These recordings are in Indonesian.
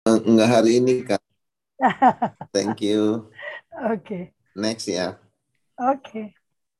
Enggak hari ini, Kak. Thank you. Oke. Next ya. Oke.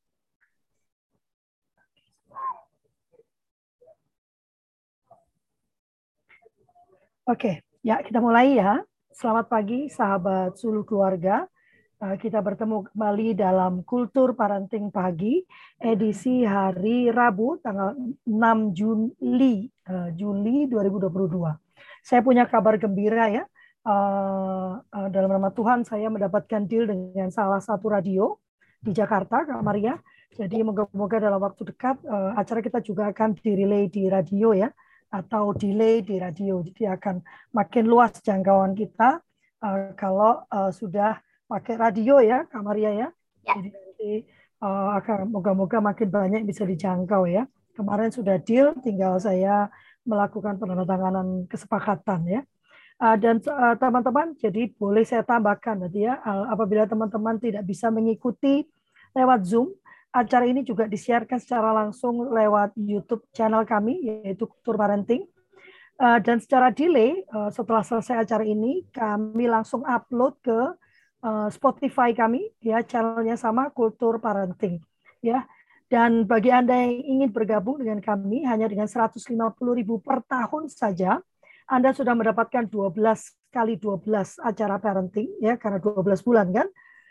Oke, ya kita mulai ya. Selamat pagi sahabat Suluh Keluarga. Kita bertemu kembali dalam Kultur Parenting Pagi, edisi hari Rabu tanggal 6 Juli 2022. Saya punya kabar gembira ya. Dalam nama Tuhan saya mendapatkan deal dengan salah satu radio di Jakarta, Kak Maria. Jadi moga-moga dalam waktu dekat acara kita juga akan direlay di radio ya, atau delay di radio. Jadi akan makin luas jangkauan kita kalau sudah pakai radio ya, Kak Maria ya. Ya. Jadi nanti akan moga-moga makin banyak yang bisa dijangkau ya. Kemarin sudah deal, tinggal saya melakukan penandatanganan kesepakatan ya. Dan teman-teman, jadi boleh saya tambahkan nanti ya, apabila teman-teman tidak bisa mengikuti lewat Zoom, acara ini juga disiarkan secara langsung lewat YouTube channel kami, yaitu Kultur Parenting. Dan secara delay, setelah selesai acara ini, kami langsung upload ke Spotify kami, ya channelnya sama Kultur Parenting, ya. Dan bagi Anda yang ingin bergabung dengan kami hanya dengan 150.000 per tahun saja, Anda sudah mendapatkan 12 kali 12 acara parenting, ya karena 12 bulan kan.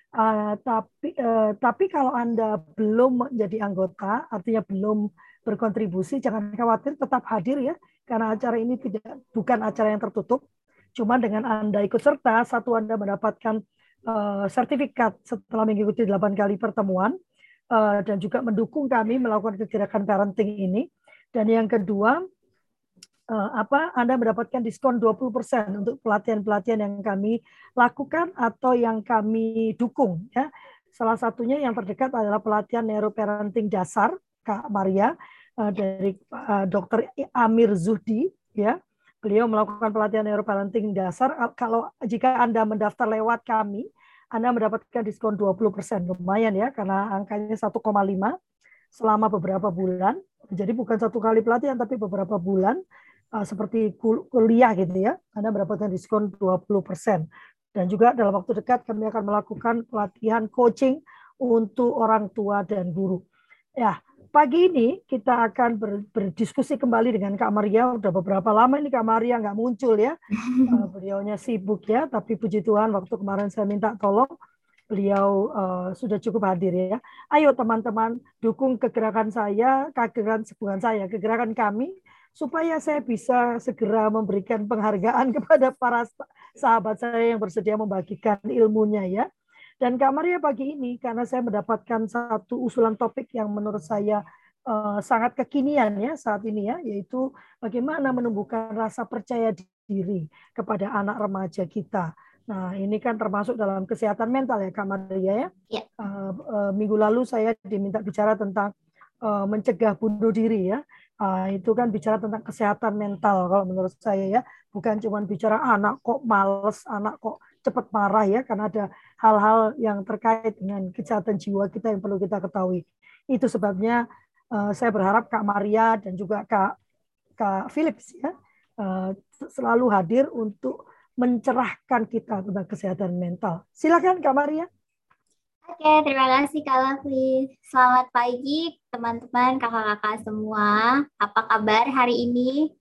Tapi kalau Anda belum menjadi anggota, artinya belum berkontribusi, jangan khawatir, tetap hadir ya, karena acara ini bukan acara yang tertutup. Cuma dengan Anda ikut serta, satu Anda mendapatkan sertifikat setelah mengikuti 8 kali pertemuan dan juga mendukung kami melakukan kegiatan parenting ini. Dan yang kedua, Anda mendapatkan diskon 20% untuk pelatihan-pelatihan yang kami lakukan atau yang kami dukung ya. Salah satunya yang terdekat adalah pelatihan neuroparenting dasar Kak Maria dari Dr. Amir Zuhdi ya. Beliau melakukan pelatihan neuroparenting dasar. Kalau jika Anda mendaftar lewat kami, Anda mendapatkan diskon 20%. Lumayan ya, karena angkanya 1,5 selama beberapa bulan. Jadi bukan satu kali pelatihan, tapi beberapa bulan seperti kuliah gitu ya. Anda mendapatkan diskon 20%. Dan juga dalam waktu dekat kami akan melakukan pelatihan coaching untuk orang tua dan guru. Ya, pagi ini kita akan berdiskusi kembali dengan Kak Maria. Udah beberapa lama ini Kak Maria nggak muncul ya. Beliaunya sibuk ya, tapi puji Tuhan waktu kemarin saya minta tolong, beliau sudah cukup hadir ya. Ayo teman-teman, dukung kegerakan saya, kegerakan kami, supaya saya bisa segera memberikan penghargaan kepada para sahabat saya yang bersedia membagikan ilmunya ya. Dan Kak Maria pagi ini, karena saya mendapatkan satu usulan topik yang menurut saya sangat kekinian ya saat ini ya, yaitu bagaimana menumbuhkan rasa percaya diri kepada anak remaja kita. Nah, ini kan termasuk dalam kesehatan mental ya, Kak Maria ya. Ya. Minggu lalu saya diminta bicara tentang mencegah bunuh diri ya. Itu kan bicara tentang kesehatan mental kalau menurut saya ya. Bukan cuma bicara anak kok males, anak kok cepat marah ya, karena ada hal-hal yang terkait dengan kesehatan jiwa kita yang perlu kita ketahui. Itu sebabnya saya berharap Kak Maria dan juga Kak Philips ya selalu hadir untuk mencerahkan kita tentang kesehatan mental. Silakan Kak Maria. Oke, terima kasih Kak Lafli. Selamat pagi teman-teman, kakak-kakak semua. Apa kabar hari ini?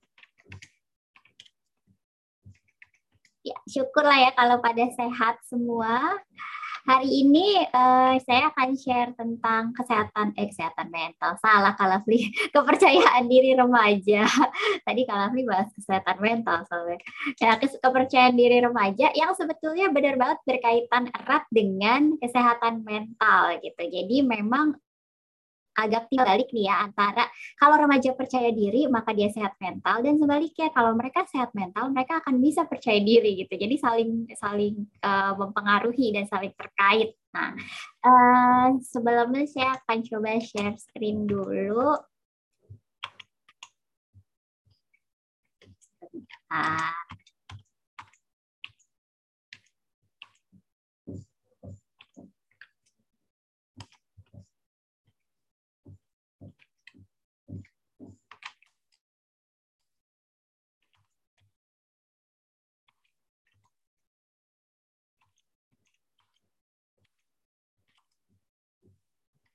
Ya, syukurlah ya kalau pada sehat semua. Hari ini saya akan share tentang kesehatan mental. Salah Kak Lafli, kepercayaan diri remaja. Tadi Kak Lafli bahas kesehatan mental soalnya. Ya, kepercayaan diri remaja yang sebetulnya benar banget berkaitan erat dengan kesehatan mental gitu. Jadi memang agak dibalik nih ya, antara kalau remaja percaya diri maka dia sehat mental, dan sebaliknya kalau mereka sehat mental mereka akan bisa percaya diri gitu. Jadi saling mempengaruhi dan saling terkait. Nah, sebelumnya saya akan coba share screen dulu.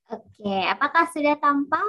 Oke, apakah sudah tampak?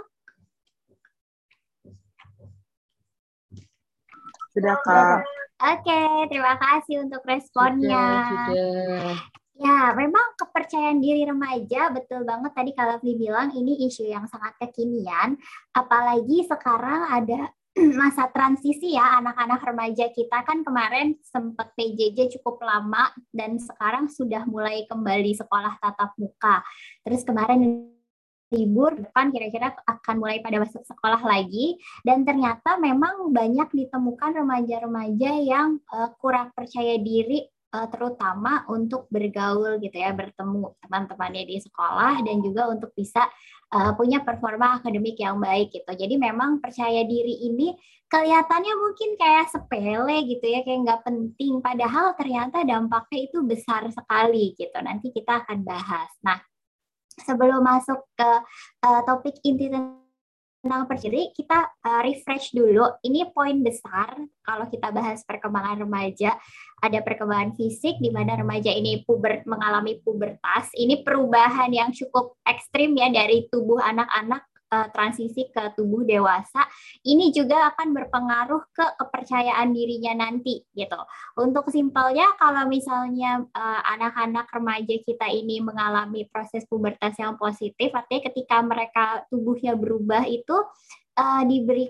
Sudah, Kak. Oke, terima kasih untuk responnya. Sudah. Ya, memang kepercayaan diri remaja, betul banget tadi kalau Fli bilang ini isu yang sangat kekinian, apalagi sekarang ada masa transisi ya, anak-anak remaja kita kan kemarin sempat PJJ cukup lama dan sekarang sudah mulai kembali sekolah tatap muka. Terus kemarin libur depan kira-kira akan mulai pada masuk sekolah lagi, dan ternyata memang banyak ditemukan remaja-remaja yang kurang percaya diri, terutama untuk bergaul gitu ya, bertemu teman-temannya di sekolah dan juga untuk bisa punya performa akademik yang baik gitu. Jadi memang percaya diri ini kelihatannya mungkin kayak sepele gitu ya, kayak nggak penting, padahal ternyata dampaknya itu besar sekali gitu. Nanti kita akan bahas. Nah, sebelum masuk ke topik inti tentang percaya diri, kita refresh dulu. Ini poin besar kalau kita bahas perkembangan remaja. Ada perkembangan fisik di mana remaja ini mengalami pubertas. Ini perubahan yang cukup ekstrim ya dari tubuh anak-anak transisi ke tubuh dewasa. Ini juga akan berpengaruh ke kepercayaan dirinya nanti gitu. Untuk simpelnya, kalau misalnya anak-anak remaja kita ini mengalami proses pubertas yang positif, artinya ketika mereka tubuhnya berubah itu diberikan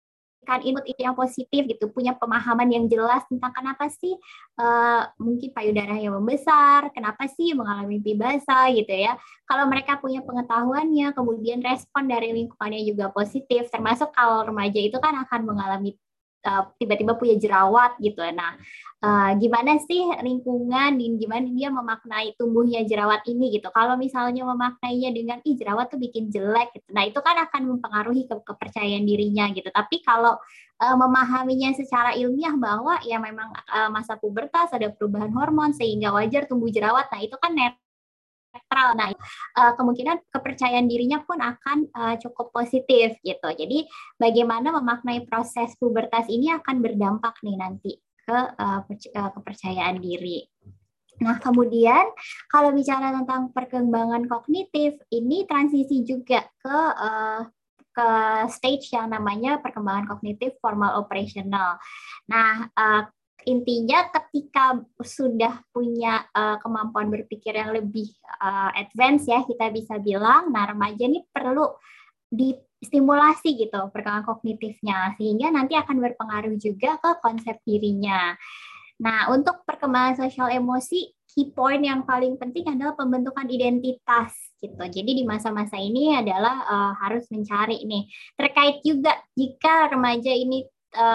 input itu yang positif gitu, punya pemahaman yang jelas tentang kenapa sih mungkin payudaranya membesar, kenapa sih mengalami mimpi basah gitu ya. Kalau mereka punya pengetahuannya, kemudian respon dari lingkungannya juga positif, termasuk kalau remaja itu kan akan mengalami tiba-tiba punya jerawat gitu. Nah, gimana sih lingkungan dan gimana dia memaknai tumbuhnya jerawat ini gitu. Kalau misalnya memaknainya dengan jerawat tuh bikin jelek gitu. Nah, itu kan akan mempengaruhi kepercayaan dirinya gitu. Tapi kalau memahaminya secara ilmiah bahwa ya memang masa pubertas ada perubahan hormon sehingga wajar tumbuh jerawat. Nah, itu kan netral. Nah, kemungkinan kepercayaan dirinya pun akan cukup positif gitu. Jadi bagaimana memaknai proses pubertas ini akan berdampak nih nanti ke kepercayaan diri. Nah, kemudian kalau bicara tentang perkembangan kognitif, ini transisi juga ke stage yang namanya perkembangan kognitif formal operational. Nah, intinya ketika sudah punya kemampuan berpikir yang lebih advance ya, kita bisa bilang, nah remaja ini perlu distimulasi gitu perkembangan kognitifnya, sehingga nanti akan berpengaruh juga ke konsep dirinya. Nah, untuk perkembangan sosial emosi, key point yang paling penting adalah pembentukan identitas gitu. Jadi di masa-masa ini adalah harus mencari nih, terkait juga jika remaja ini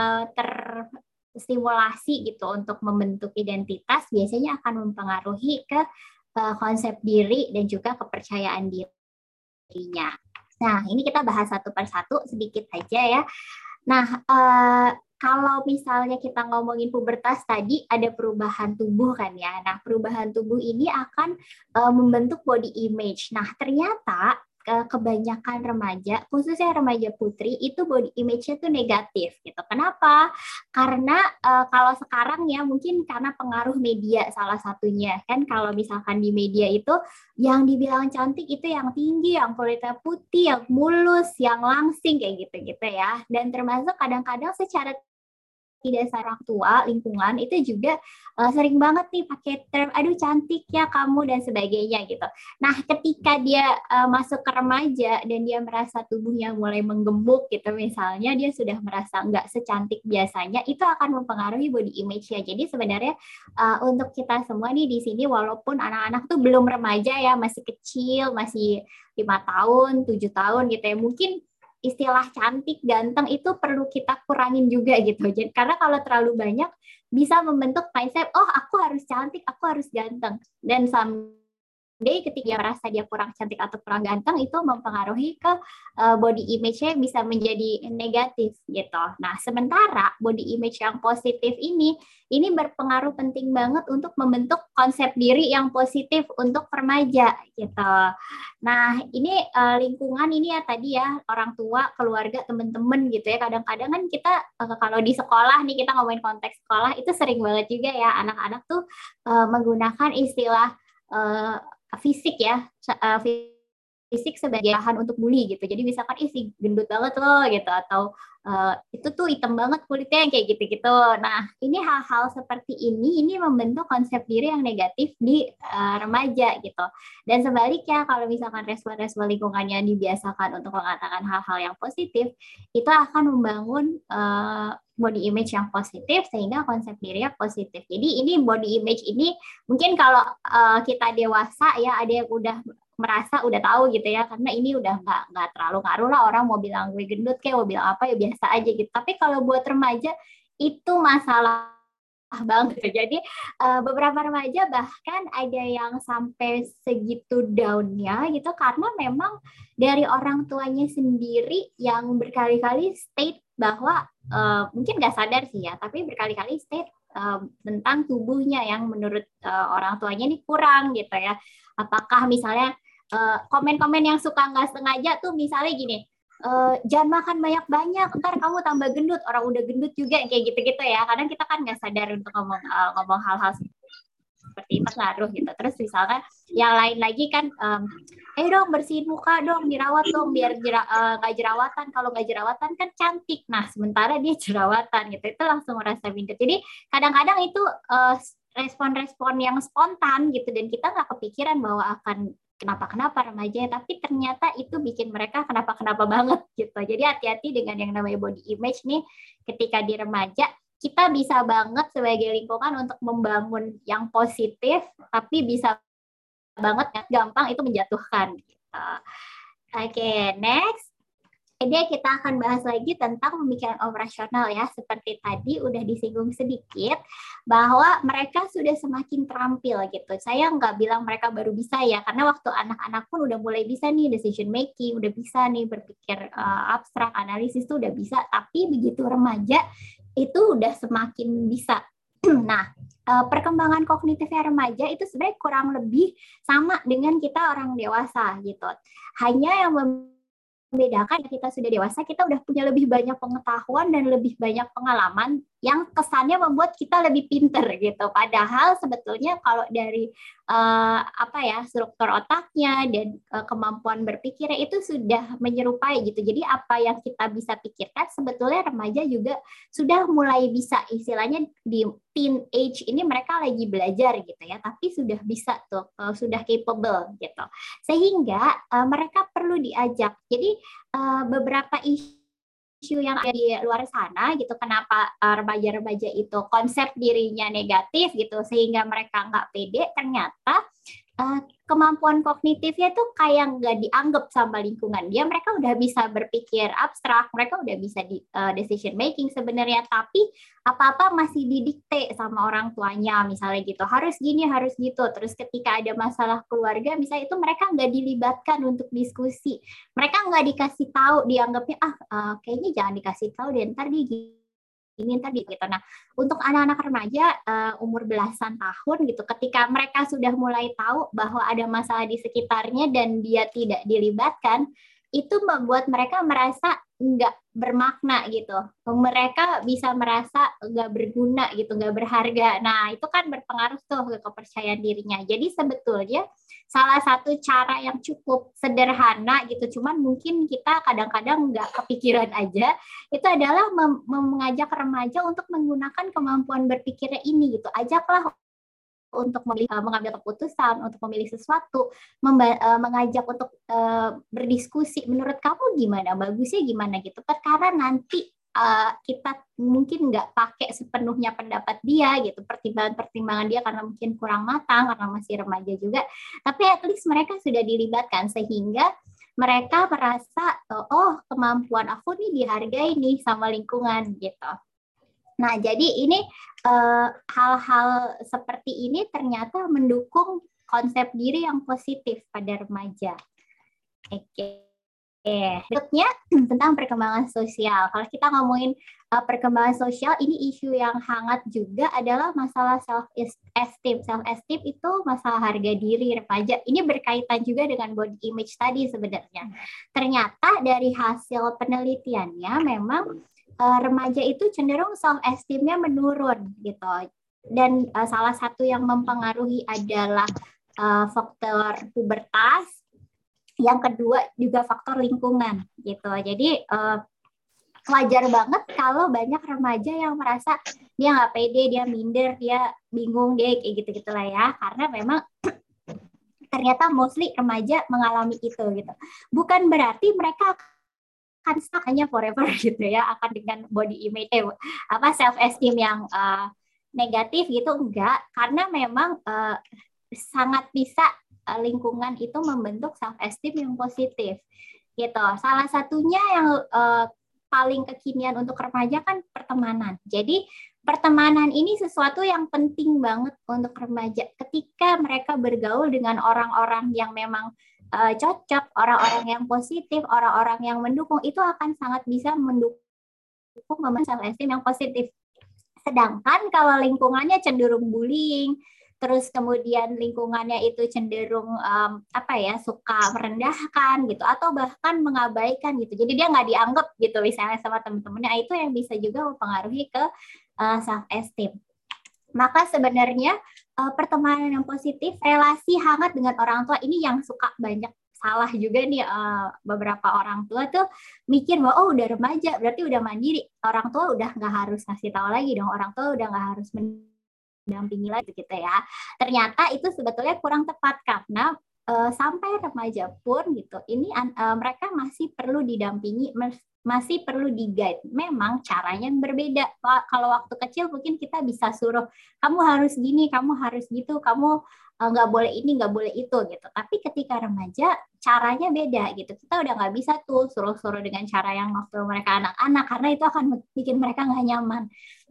stimulasi gitu untuk membentuk identitas, biasanya akan mempengaruhi ke konsep diri dan juga kepercayaan dirinya. Nah, ini kita bahas satu persatu sedikit aja ya. Nah, kalau misalnya kita ngomongin pubertas tadi, ada perubahan tubuh kan ya. Nah, perubahan tubuh ini akan membentuk body image. Nah, ternyata kebanyakan remaja, khususnya remaja putri, itu body image-nya tuh negatif gitu. Kenapa? Karena kalau sekarang ya mungkin karena pengaruh media salah satunya kan. Kalau misalkan di media itu yang dibilang cantik itu yang tinggi, yang kulitnya putih, yang mulus, yang langsing kayak gitu-gitu ya. Dan termasuk kadang-kadang secara tidak orang tua, lingkungan itu juga sering banget nih pakai term, aduh cantik ya kamu dan sebagainya gitu. Nah, ketika dia masuk ke remaja dan dia merasa tubuhnya mulai menggemuk gitu misalnya, dia sudah merasa nggak secantik biasanya, itu akan mempengaruhi body image-nya. Jadi sebenarnya untuk kita semua nih di sini, walaupun anak-anak tuh belum remaja ya, masih kecil, masih 5 tahun, 7 tahun gitu ya, mungkin istilah cantik, ganteng itu perlu kita kurangin juga gitu. Jadi karena kalau terlalu banyak bisa membentuk mindset, oh aku harus cantik, aku harus ganteng. Dan ketika dia merasa dia kurang cantik atau kurang ganteng, itu mempengaruhi ke body image-nya bisa menjadi negatif gitu. Nah, sementara body image yang positif ini berpengaruh penting banget untuk membentuk konsep diri yang positif untuk remaja gitu. Nah, ini lingkungan ini ya tadi ya, orang tua, keluarga, teman-teman gitu ya. Kadang-kadang kan kita kalau di sekolah nih, kita ngomongin konteks sekolah, itu sering banget juga ya anak-anak tuh menggunakan istilah fisik ya, fisik sebagai bahan untuk bully gitu. Jadi misalkan si gendut banget loh gitu, atau itu tuh hitam banget kulitnya yang kayak gitu-gitu. Nah, ini hal-hal seperti ini membentuk konsep diri yang negatif di remaja gitu. Dan sebaliknya kalau misalkan respon-respon lingkungannya dibiasakan untuk mengatakan hal-hal yang positif, itu akan membangun body image yang positif sehingga konsep dirinya positif. Jadi ini body image ini mungkin kalau kita dewasa ya ada yang udah merasa udah tahu gitu ya, karena ini udah nggak terlalu ngaruh lah, orang mau bilang gue gendut kayak mau bilang apa ya biasa aja gitu. Tapi kalau buat remaja itu masalah banget. Jadi beberapa remaja bahkan ada yang sampai segitu down-nya gitu karena memang dari orang tuanya sendiri yang berkali-kali state bahwa mungkin nggak sadar sih ya, tapi berkali-kali state tentang tubuhnya yang menurut orang tuanya ini kurang gitu ya. Apakah misalnya komen-komen yang suka nggak sengaja tuh misalnya gini, jangan makan banyak-banyak, ntar kamu tambah gendut, orang udah gendut juga, kayak gitu-gitu ya. Kadang kita kan nggak sadar untuk ngomong hal-hal seperti itu ngaruh gitu. Terus misalkan yang lain lagi kan, ayo dong bersihin muka dong, dirawat dong biar nggak jerawatan. Kalau nggak jerawatan kan cantik. Nah sementara dia jerawatan gitu, itu langsung merasa minder. Jadi kadang-kadang itu respon-respon yang spontan gitu, dan kita nggak kepikiran bahwa akan kenapa-kenapa remaja, tapi ternyata itu bikin mereka kenapa-kenapa banget gitu. Jadi hati-hati dengan yang namanya body image nih ketika di remaja. Kita bisa banget sebagai lingkungan untuk membangun yang positif, tapi bisa banget gampang itu menjatuhkan gitu. Oke, next. Jadi kita akan bahas lagi tentang pemikiran operasional ya. Seperti tadi udah disinggung sedikit bahwa mereka sudah semakin terampil gitu. Saya nggak bilang mereka baru bisa ya, karena waktu anak-anak pun udah mulai bisa nih decision making, udah bisa nih berpikir abstrak, analisis tuh udah bisa. Tapi begitu remaja itu udah semakin bisa. Nah, perkembangan kognitifnya remaja itu sebenarnya kurang lebih sama dengan kita orang dewasa gitu. Hanya yang membedakan kita sudah dewasa, kita udah punya lebih banyak pengetahuan dan lebih banyak pengalaman yang kesannya membuat kita lebih pinter gitu. Padahal sebetulnya kalau dari struktur otaknya dan kemampuan berpikirnya itu sudah menyerupai gitu. Jadi apa yang kita bisa pikirkan sebetulnya remaja juga sudah mulai bisa, istilahnya di teen age ini mereka lagi belajar gitu ya, tapi sudah bisa tuh, sudah capable gitu. Sehingga mereka perlu diajak. Jadi beberapa isu yang ada di luar sana gitu, kenapa remaja-remaja itu konsep dirinya negatif gitu sehingga mereka nggak pede, ternyata kemampuan kognitifnya tuh kayak nggak dianggap sama lingkungan dia. Mereka udah bisa berpikir abstrak, mereka udah bisa decision making sebenarnya, tapi apa-apa masih didikte sama orang tuanya misalnya gitu, harus gini harus gitu. Terus ketika ada masalah keluarga misalnya, itu mereka nggak dilibatkan untuk diskusi, mereka nggak dikasih tahu, dianggapnya kayaknya jangan dikasih tahu deh, ntar dia ini tadi gitu. Nah, untuk anak-anak remaja umur belasan tahun gitu, ketika mereka sudah mulai tahu bahwa ada masalah di sekitarnya dan dia tidak dilibatkan, itu membuat mereka merasa nggak bermakna gitu. Mereka bisa merasa nggak berguna gitu, nggak berharga. Nah, itu kan berpengaruh tuh ke kepercayaan dirinya. Jadi sebetulnya salah satu cara yang cukup sederhana gitu, cuman mungkin kita kadang-kadang nggak kepikiran aja, itu adalah mengajak remaja untuk menggunakan kemampuan berpikirnya ini gitu. Ajaklah untuk mengambil keputusan, untuk memilih sesuatu, mengajak untuk berdiskusi. Menurut kamu gimana? Bagusnya gimana gitu? Karena nanti kita mungkin nggak pakai sepenuhnya pendapat dia gitu, pertimbangan-pertimbangan dia karena mungkin kurang matang, karena masih remaja juga. Tapi at least mereka sudah dilibatkan sehingga mereka merasa kemampuan aku nih dihargai nih sama lingkungan gitu. Nah, jadi ini hal-hal seperti ini ternyata mendukung konsep diri yang positif pada remaja. Oke. Berikutnya tentang perkembangan sosial. Kalau kita ngomongin perkembangan sosial, ini isu yang hangat juga adalah masalah self-esteem. Self-esteem itu masalah harga diri remaja. Ini berkaitan juga dengan body image tadi sebenarnya. Ternyata dari hasil penelitiannya memang remaja itu cenderung self-esteem-nya menurun gitu. Dan salah satu yang mempengaruhi adalah faktor pubertas, Yang kedua juga faktor lingkungan gitu. Jadi wajar banget kalau banyak remaja yang merasa dia nggak pede, dia minder, dia bingung, dia kayak gitu-gitu lah ya. Karena memang ternyata mostly remaja mengalami itu gitu. Bukan berarti mereka akan stuck hanya forever gitu ya, akan dengan body image self esteem yang negatif gitu, enggak. Karena memang sangat bisa lingkungan itu membentuk self esteem yang positif gitu. Salah satunya yang paling kekinian untuk remaja kan pertemanan. Jadi pertemanan ini sesuatu yang penting banget untuk remaja. Ketika mereka bergaul dengan orang-orang yang memang cocok, orang-orang yang positif, orang-orang yang mendukung, itu akan sangat bisa mendukung membangun self esteem yang positif. Sedangkan kalau lingkungannya cenderung bullying, terus kemudian lingkungannya itu cenderung suka merendahkan gitu, atau bahkan mengabaikan gitu. Jadi dia nggak dianggap gitu misalnya sama teman-temannya, itu yang bisa juga mempengaruhi ke self esteem. Maka sebenarnya pertemanan yang positif, relasi hangat dengan orang tua ini yang suka banyak salah juga nih, beberapa orang tua tuh mikir bahwa udah remaja berarti udah mandiri, orang tua udah nggak harus ngasih tahu lagi dong, orang tua udah nggak harus mendampingi lagi gitu ya. Ternyata itu sebetulnya kurang tepat karena sampai remaja pun gitu, ini mereka masih perlu didampingi, masih perlu di-guide. Memang caranya berbeda. Kalau waktu kecil mungkin kita bisa suruh, kamu harus gini, kamu harus gitu, kamu nggak boleh ini, nggak boleh itu gitu. Tapi ketika remaja, caranya beda gitu. Kita udah nggak bisa tuh suruh-suruh dengan cara yang waktu mereka anak-anak, karena itu akan bikin mereka nggak nyaman.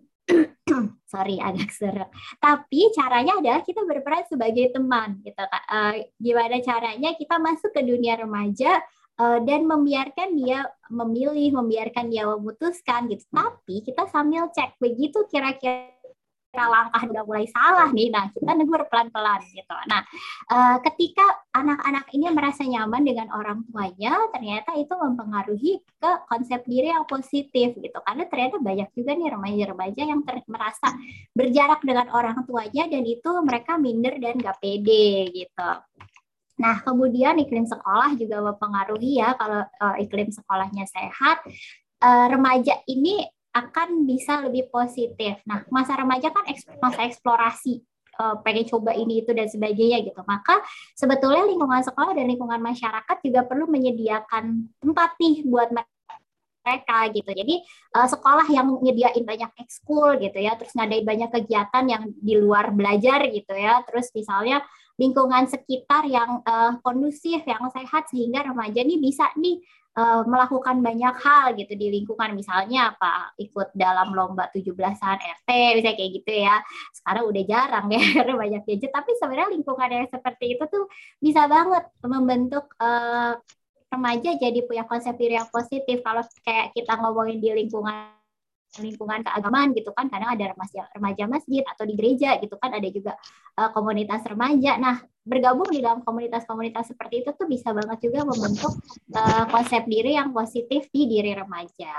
Sorry, agak seret. Tapi caranya adalah kita berperan sebagai teman gitu. Gimana caranya kita masuk ke dunia remaja dan membiarkan dia memilih, membiarkan dia memutuskan gitu. Tapi kita sambil cek, begitu kira-kira langkah udah mulai salah nih, nah kita negur pelan-pelan gitu. Nah, ketika anak-anak ini merasa nyaman dengan orang tuanya, ternyata itu mempengaruhi ke konsep diri yang positif gitu. Karena ternyata banyak juga nih remaja-remaja yang merasa berjarak dengan orang tuanya dan itu mereka minder dan gak pede gitu. Nah, kemudian iklim sekolah juga mempengaruhi ya. Kalau iklim sekolahnya sehat, remaja ini akan bisa lebih positif. Nah, masa remaja kan masa eksplorasi, pengen coba ini itu dan sebagainya gitu. Maka sebetulnya lingkungan sekolah dan lingkungan masyarakat juga perlu menyediakan tempat nih buat mereka gitu. Jadi sekolah yang nyediain banyak ekskul gitu ya, terus ngadain banyak kegiatan yang di luar belajar gitu ya. Terus misalnya lingkungan sekitar yang kondusif, yang sehat sehingga remaja nih bisa nih melakukan banyak hal gitu di lingkungan, misalnya ikut dalam lomba 17-an RT misalnya kayak gitu ya. Sekarang udah jarang ya karena banyak gadget, tapi sebenarnya lingkungan yang seperti itu tuh bisa banget membentuk remaja jadi punya konsep diri yang positif. Kalau kayak kita ngomongin di lingkungan keagamaan gitu kan, kadang ada remaja masjid atau di gereja gitu kan, ada juga komunitas remaja. Nah, bergabung di dalam komunitas-komunitas seperti itu tuh bisa banget juga membentuk konsep diri yang positif di diri remaja.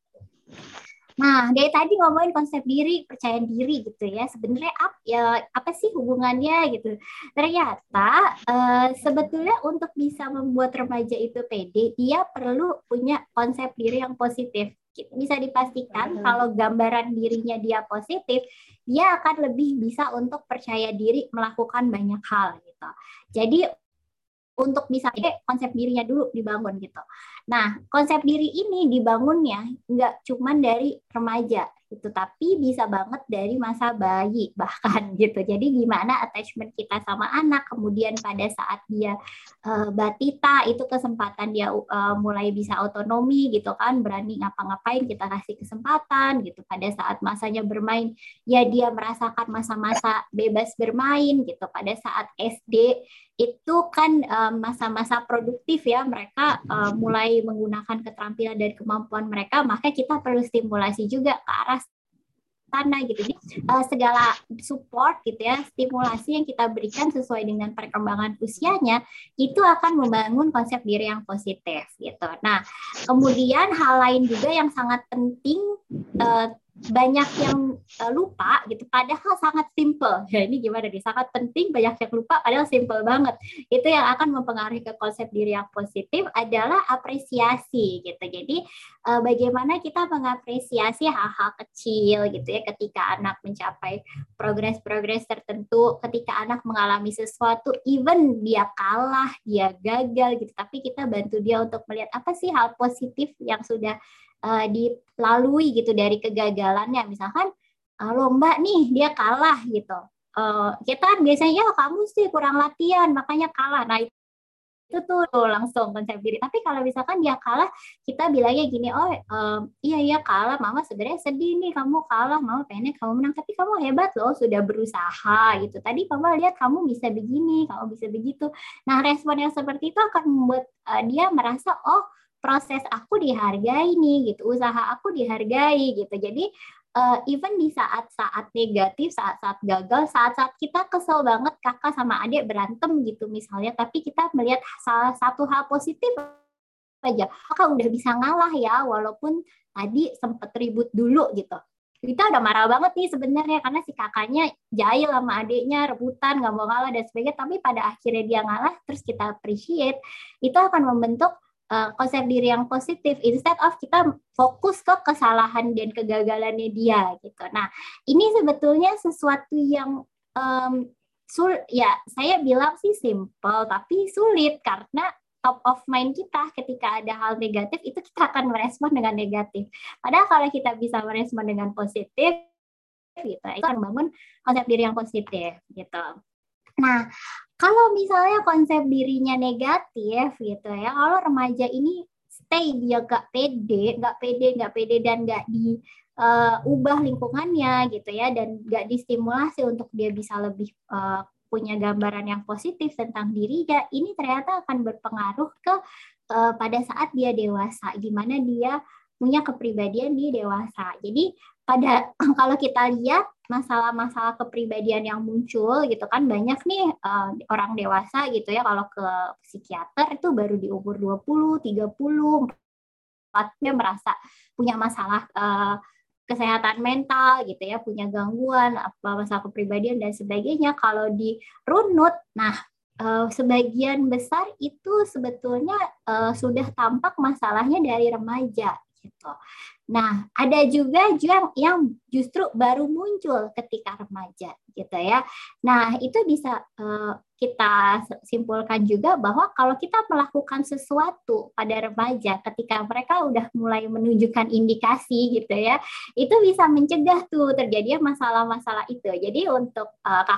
Nah, dari tadi ngomongin konsep diri, percaya diri gitu ya. Sebenarnya apa sih hubungannya gitu? Ternyata sebetulnya untuk bisa membuat remaja itu pede, dia perlu punya konsep diri yang positif. Bisa dipastikan kalau gambaran dirinya dia positif, dia akan lebih bisa untuk percaya diri melakukan banyak hal gitu. Jadi untuk bisa konsep dirinya dulu dibangun gitu. Nah, konsep diri ini dibangunnya nggak cuma dari remaja gitu, tapi bisa banget dari masa bayi bahkan gitu. Jadi gimana attachment kita sama anak, kemudian pada saat dia batita itu kesempatan dia mulai bisa otonomi gitu kan, berani ngapa-ngapain kita kasih kesempatan gitu. Pada saat masanya bermain, ya dia merasakan masa-masa bebas bermain gitu. Pada saat SD itu kan masa-masa produktif ya, mereka mulai menggunakan keterampilan dan kemampuan mereka, maka kita perlu stimulasi juga ke arah sana gitu. Jadi segala support gitu ya, stimulasi yang kita berikan sesuai dengan perkembangan usianya, itu akan membangun konsep diri yang positif gitu. Nah, kemudian hal lain juga yang sangat penting banyak yang lupa gitu, padahal sangat simple. Ya ini gimana nih, sangat penting, banyak yang lupa padahal simple banget. Itu yang akan mempengaruhi ke konsep diri yang positif adalah apresiasi gitu. Jadi bagaimana kita mengapresiasi hal-hal kecil gitu ya, ketika anak mencapai progres-progres tertentu, ketika anak mengalami sesuatu, even dia kalah, dia gagal gitu, tapi kita bantu dia untuk melihat apa sih hal positif yang sudah dilalui gitu dari kegagalannya. Misalkan lomba nih dia kalah gitu, kita kan biasanya kamu sih kurang latihan makanya kalah. Nah itu tuh langsung konsep diri. Tapi kalau misalkan dia kalah, kita bilangnya gini, oh iya kalah, mama sebenarnya sedih nih kamu kalah, mama pengennya kamu menang, tapi kamu hebat loh, sudah berusaha gitu. Tadi mama lihat kamu bisa begini, kamu bisa begitu. Nah respon yang seperti itu akan membuat dia merasa, oh proses aku dihargai nih gitu, usaha aku dihargai gitu. Jadi even di saat-saat negatif, saat-saat gagal, saat-saat kita kesel banget kakak sama adik berantem gitu misalnya, tapi kita melihat salah satu hal positif aja, kakak udah bisa ngalah ya, walaupun tadi sempet ribut dulu gitu. Kita udah marah banget nih sebenarnya karena si kakaknya jahil sama adiknya, rebutan, nggak mau ngalah dan sebagainya, tapi pada akhirnya dia ngalah, terus kita appreciate, itu akan membentuk konsep diri yang positif instead of kita fokus ke kesalahan dan kegagalannya dia gitu. Nah, ini sebetulnya sesuatu yang ya saya bilang sih simple tapi sulit karena top of mind kita ketika ada hal negatif itu kita akan merespon dengan negatif. Padahal kalau kita bisa merespon dengan positif gitu, itu akan membangun konsep diri yang positif gitu. Nah, kalau misalnya konsep dirinya negatif gitu ya, kalau remaja ini stay dia gak pede dan gak diubah lingkungannya gitu ya, dan gak distimulasi untuk dia bisa lebih punya gambaran yang positif tentang dirinya, ini ternyata akan berpengaruh ke pada saat dia dewasa, gimana dia punya kepribadian di dewasa. Jadi pada kalau kita lihat masalah-masalah kepribadian yang muncul gitu kan banyak nih orang dewasa gitu ya, kalau ke psikiater itu baru di umur 20, 30, dia merasa punya masalah kesehatan mental gitu ya, punya gangguan apa masalah kepribadian dan sebagainya. Kalau dirunut, nah sebagian besar itu sebetulnya sudah tampak masalahnya dari remaja gitu. Nah, ada juga yang justru baru muncul ketika remaja gitu ya. Nah, itu bisa kita simpulkan juga bahwa kalau kita melakukan sesuatu pada remaja ketika mereka udah mulai menunjukkan indikasi gitu ya, itu bisa mencegah tuh terjadinya masalah-masalah itu. Jadi untuk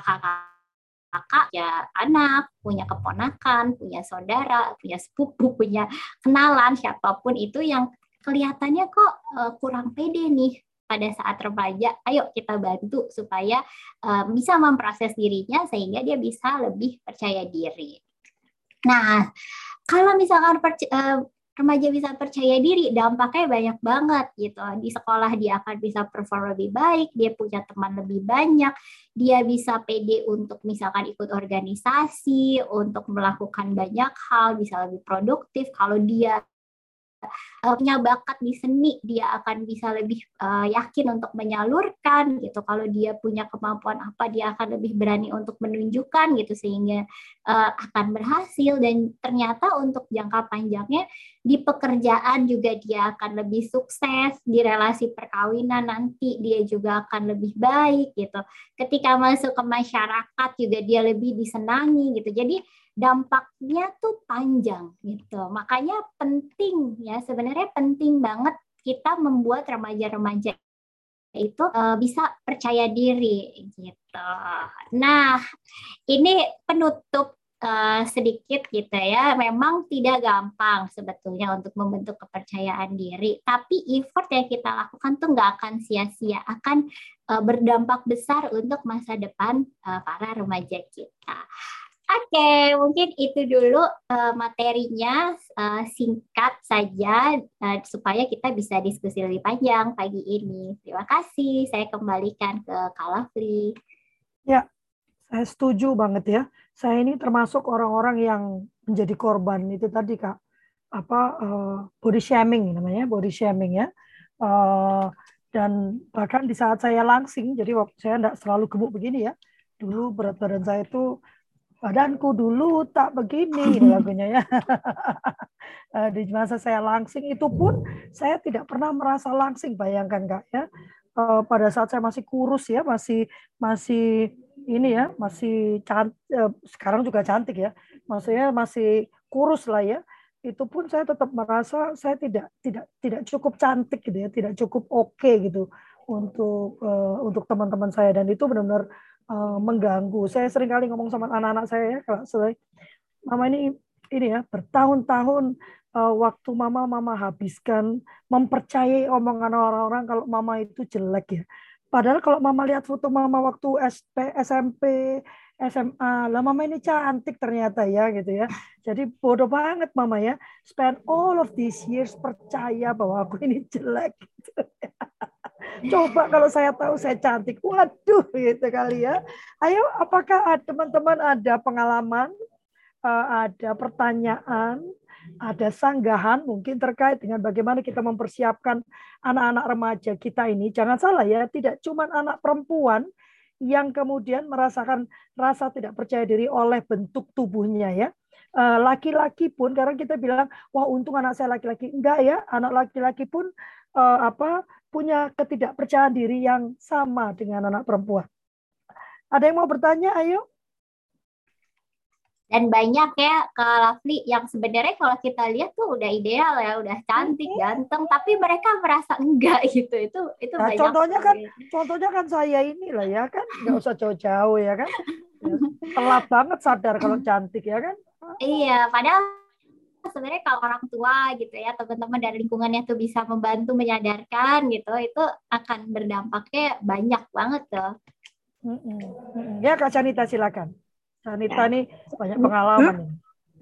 kakak ya anak, punya keponakan, punya saudara, punya sepupu, punya kenalan, siapapun itu yang kelihatannya kok kurang pede nih pada saat remaja, ayo kita bantu supaya bisa memproses dirinya sehingga dia bisa lebih percaya diri. Nah, kalau misalkan remaja bisa percaya diri, dampaknya banyak banget gitu. Di sekolah dia akan bisa perform lebih baik, dia punya teman lebih banyak, dia bisa pede untuk misalkan ikut organisasi, untuk melakukan banyak hal, bisa lebih produktif. Kalau dia punya bakat di seni, dia akan bisa lebih yakin untuk menyalurkan gitu. Kalau dia punya kemampuan apa, dia akan lebih berani untuk menunjukkan gitu sehingga akan berhasil. Dan ternyata untuk jangka panjangnya di pekerjaan juga dia akan lebih sukses, di relasi perkawinan nanti dia juga akan lebih baik gitu. Ketika masuk ke masyarakat juga dia lebih disenangi gitu. Jadi dampaknya tuh panjang gitu. Makanya penting ya, sebenarnya penting banget kita membuat remaja-remaja itu bisa percaya diri gitu. Nah, ini penutup sedikit gitu ya. Memang tidak gampang sebetulnya untuk membentuk kepercayaan diri, tapi effort yang kita lakukan tuh nggak akan sia-sia, akan berdampak besar untuk masa depan para remaja kita. Oke, mungkin itu dulu materinya, singkat saja supaya kita bisa diskusi lebih panjang pagi ini. Terima kasih, saya kembalikan ke Kak Lovely. Ya, saya setuju banget ya. Saya ini termasuk orang-orang yang menjadi korban itu tadi Kak, body shaming namanya, body shaming ya. Dan bahkan di saat saya langsing, jadi waktu saya enggak selalu gemuk begini ya. Dulu berat badan saya itu, badanku dulu tak begini lagunya ya. Di masa saya langsing itu pun saya tidak pernah merasa langsing, bayangkan Kak ya. Pada saat saya masih kurus ya, masih masih ini ya, masih sekarang juga cantik ya. Maksudnya masih kurus lah ya. Itu pun saya tetap merasa saya tidak cukup cantik gitu ya, tidak cukup oke gitu untuk teman-teman saya, dan itu benar-benar mengganggu. Saya sering kali ngomong sama anak-anak saya ya, kalau mama ini ya bertahun-tahun waktu mama habiskan mempercayai omongan orang-orang kalau mama itu jelek ya. Padahal kalau mama lihat foto mama waktu SMP, SMA, lah mama ini cantik ternyata ya gitu ya. Jadi bodoh banget mama ya. Spend all of these years percaya bahwa aku ini jelek. Gitu. Coba kalau saya tahu saya cantik, waduh gitu kali ya. Ayo, apakah teman-teman ada pengalaman, ada pertanyaan, ada sanggahan mungkin terkait dengan bagaimana kita mempersiapkan anak-anak remaja kita ini. Jangan salah ya, tidak cuma anak perempuan yang kemudian merasakan rasa tidak percaya diri oleh bentuk tubuhnya ya. Laki-laki pun, karena kita bilang, wah untung anak saya laki-laki. Enggak ya, anak laki-laki pun punya ketidakpercayaan diri yang sama dengan anak perempuan. Ada yang mau bertanya? Ayo. Dan banyak ya Kak Lovely yang sebenarnya kalau kita lihat tuh udah ideal ya, udah cantik, ganteng, tapi mereka merasa enggak gitu. Itu nah, banyak. Contohnya kan saya inilah ya kan, nggak usah jauh-jauh ya kan. Ya, telat banget sadar kalau cantik ya kan. Iya, padahal sebenarnya kalau orang tua gitu ya, teman-teman dari lingkungannya tuh bisa membantu menyadarkan gitu, itu akan berdampaknya banyak banget tuh. Ya Kak Canita silakan. Canita nih banyak pengalaman.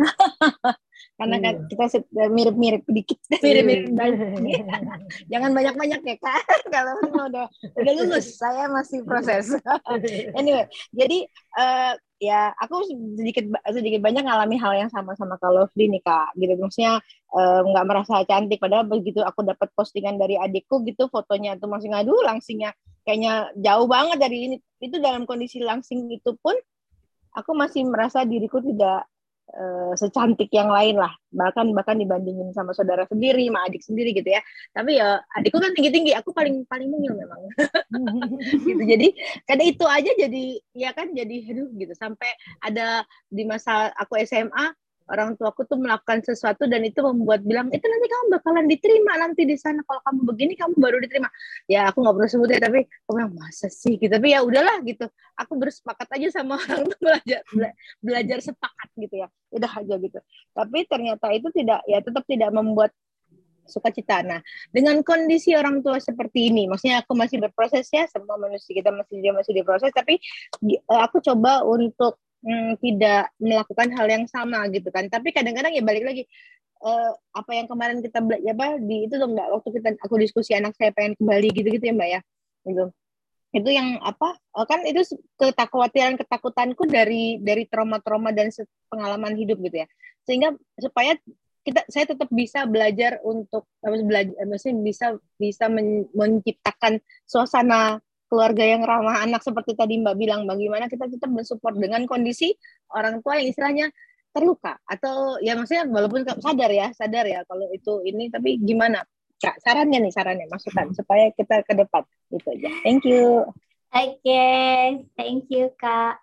Karena kan kita mirip-mirip dikit, mirip-mirip banyak. Jangan banyak-banyak ya Kak. Kalau udah lulus, saya masih proses. Anyway, jadi ya aku sedikit banyak ngalami hal yang sama Kak Lovely nih Kak. Gitu maksudnya nggak merasa cantik, padahal begitu aku dapat postingan dari adikku gitu, fotonya tuh masih ngadu langsingnya kayaknya jauh banget dari ini. Itu dalam kondisi langsing itu pun aku masih merasa diriku tidak secantik yang lain lah, bahkan dibandingin sama saudara sendiri, sama adik sendiri gitu ya. Tapi ya adikku kan tinggi, aku paling mungil memang. Gitu. Jadi karena itu aja jadi ya kan jadi aduh gitu, sampai ada di masa aku SMA orang tuaku tuh melakukan sesuatu dan itu membuat bilang itu nanti kamu bakalan diterima nanti di sana, kalau kamu begini kamu baru diterima. Ya aku nggak perlu sebut ya, tapi aku bilang masa sih gitu, tapi ya udahlah gitu, aku bersepakat aja sama orang tuh belajar sepakat gitu ya, udah aja gitu. Tapi ternyata itu tetap tidak membuat sukacita. Nah, dengan kondisi orang tua seperti ini, maksudnya aku masih berproses ya, semua manusia kita masih diproses, tapi aku coba untuk tidak melakukan hal yang sama gitu kan. Tapi kadang-kadang ya balik lagi apa yang kemarin kita belajar di itu tuh Mbak, waktu aku diskusi anak saya pengen ke Bali gitu ya Mbak ya. Gitu. Itu yang kan itu ketakutanku dari trauma-trauma dan pengalaman hidup gitu ya. Sehingga supaya saya tetap bisa belajar untuk maksudnya bisa menciptakan suasana keluarga yang ramah anak seperti tadi Mbak bilang, bagaimana kita tetap mensupport dengan kondisi orang tua yang istilahnya terluka atau ya maksudnya walaupun sadar ya kalau itu ini, tapi gimana Kak sarannya masukan supaya kita ke depan gitu aja. Thank you. Oke, thank you Kak.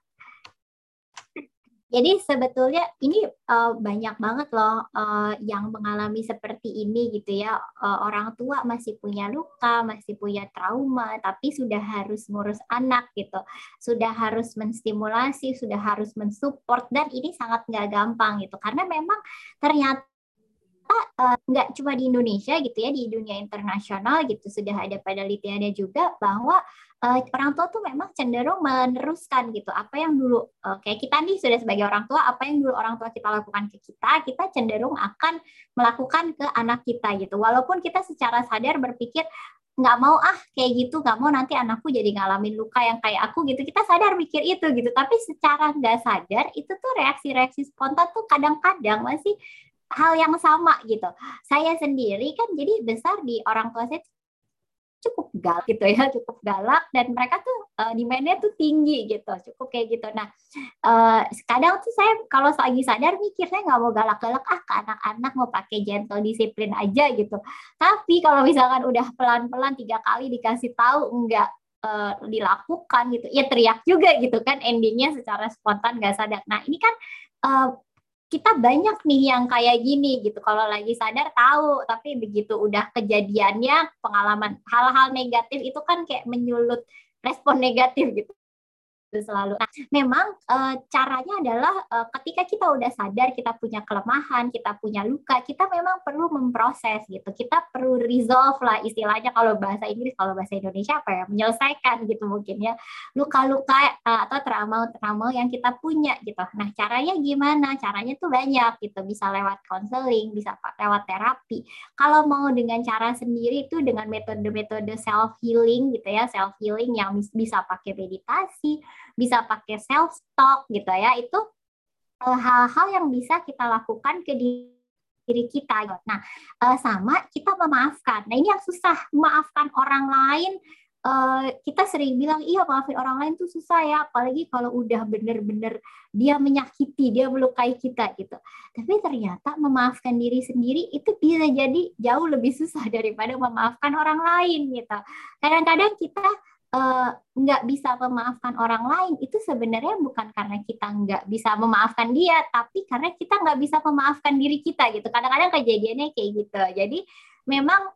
Jadi sebetulnya ini banyak banget loh yang mengalami seperti ini gitu ya. Orang tua masih punya luka, masih punya trauma, tapi sudah harus ngurus anak gitu. Sudah harus menstimulasi, sudah harus mensupport, dan ini sangat nggak gampang gitu. Karena memang ternyata nggak cuma di Indonesia gitu ya, di dunia internasional gitu sudah ada penelitiannya juga bahwa orang tua tuh memang cenderung meneruskan gitu apa yang dulu kayak kita nih sudah sebagai orang tua, apa yang dulu orang tua kita lakukan ke kita cenderung akan melakukan ke anak kita gitu, walaupun kita secara sadar berpikir nggak mau kayak gitu, nggak mau nanti anakku jadi ngalamin luka yang kayak aku gitu, kita sadar mikir itu gitu, tapi secara nggak sadar itu tuh reaksi-reaksi spontan tuh kadang-kadang masih hal yang sama gitu. Saya sendiri kan jadi besar di orang tua saya cukup galak gitu ya, cukup galak, dan mereka tuh demand-nya tuh tinggi gitu, cukup kayak gitu. Nah, kadang tuh saya kalau lagi sadar mikirnya nggak mau galak-galak ke anak-anak, mau pakai gentle disiplin aja gitu. Tapi kalau misalkan udah pelan-pelan 3 kali dikasih tahu enggak dilakukan gitu, ya teriak juga gitu kan, endingnya secara spontan nggak sadar. Nah ini kan kita banyak nih yang kayak gini gitu, kalau lagi sadar tahu, tapi begitu udah kejadiannya, pengalaman hal-hal negatif itu kan kayak menyulut respon negatif gitu selalu. Nah, memang caranya adalah ketika kita udah sadar kita punya kelemahan, kita punya luka, kita memang perlu memproses gitu. Kita perlu resolve lah istilahnya, kalau bahasa Inggris, kalau bahasa Indonesia apa ya? Menyelesaikan gitu mungkin ya. Luka-luka atau trauma-trauma yang kita punya gitu. Nah, caranya gimana? Caranya tuh banyak gitu. Bisa lewat counseling, bisa lewat terapi. Kalau mau dengan cara sendiri itu dengan metode-metode self healing gitu ya, self healing yang bisa pakai meditasi, bisa pakai self talk gitu ya, itu hal-hal yang bisa kita lakukan ke diri kita. Nah, sama kita memaafkan. Nah, ini yang susah, memaafkan orang lain. Kita sering bilang, iya maafin orang lain tuh susah ya, apalagi kalau udah bener-bener dia menyakiti, dia melukai kita gitu. Tapi ternyata memaafkan diri sendiri itu bisa jadi jauh lebih susah daripada memaafkan orang lain gitu. Kadang-kadang kita nggak bisa memaafkan orang lain, itu sebenarnya bukan karena kita nggak bisa memaafkan dia, tapi karena kita nggak bisa memaafkan diri kita gitu. Kadang-kadang kejadiannya kayak gitu. Jadi memang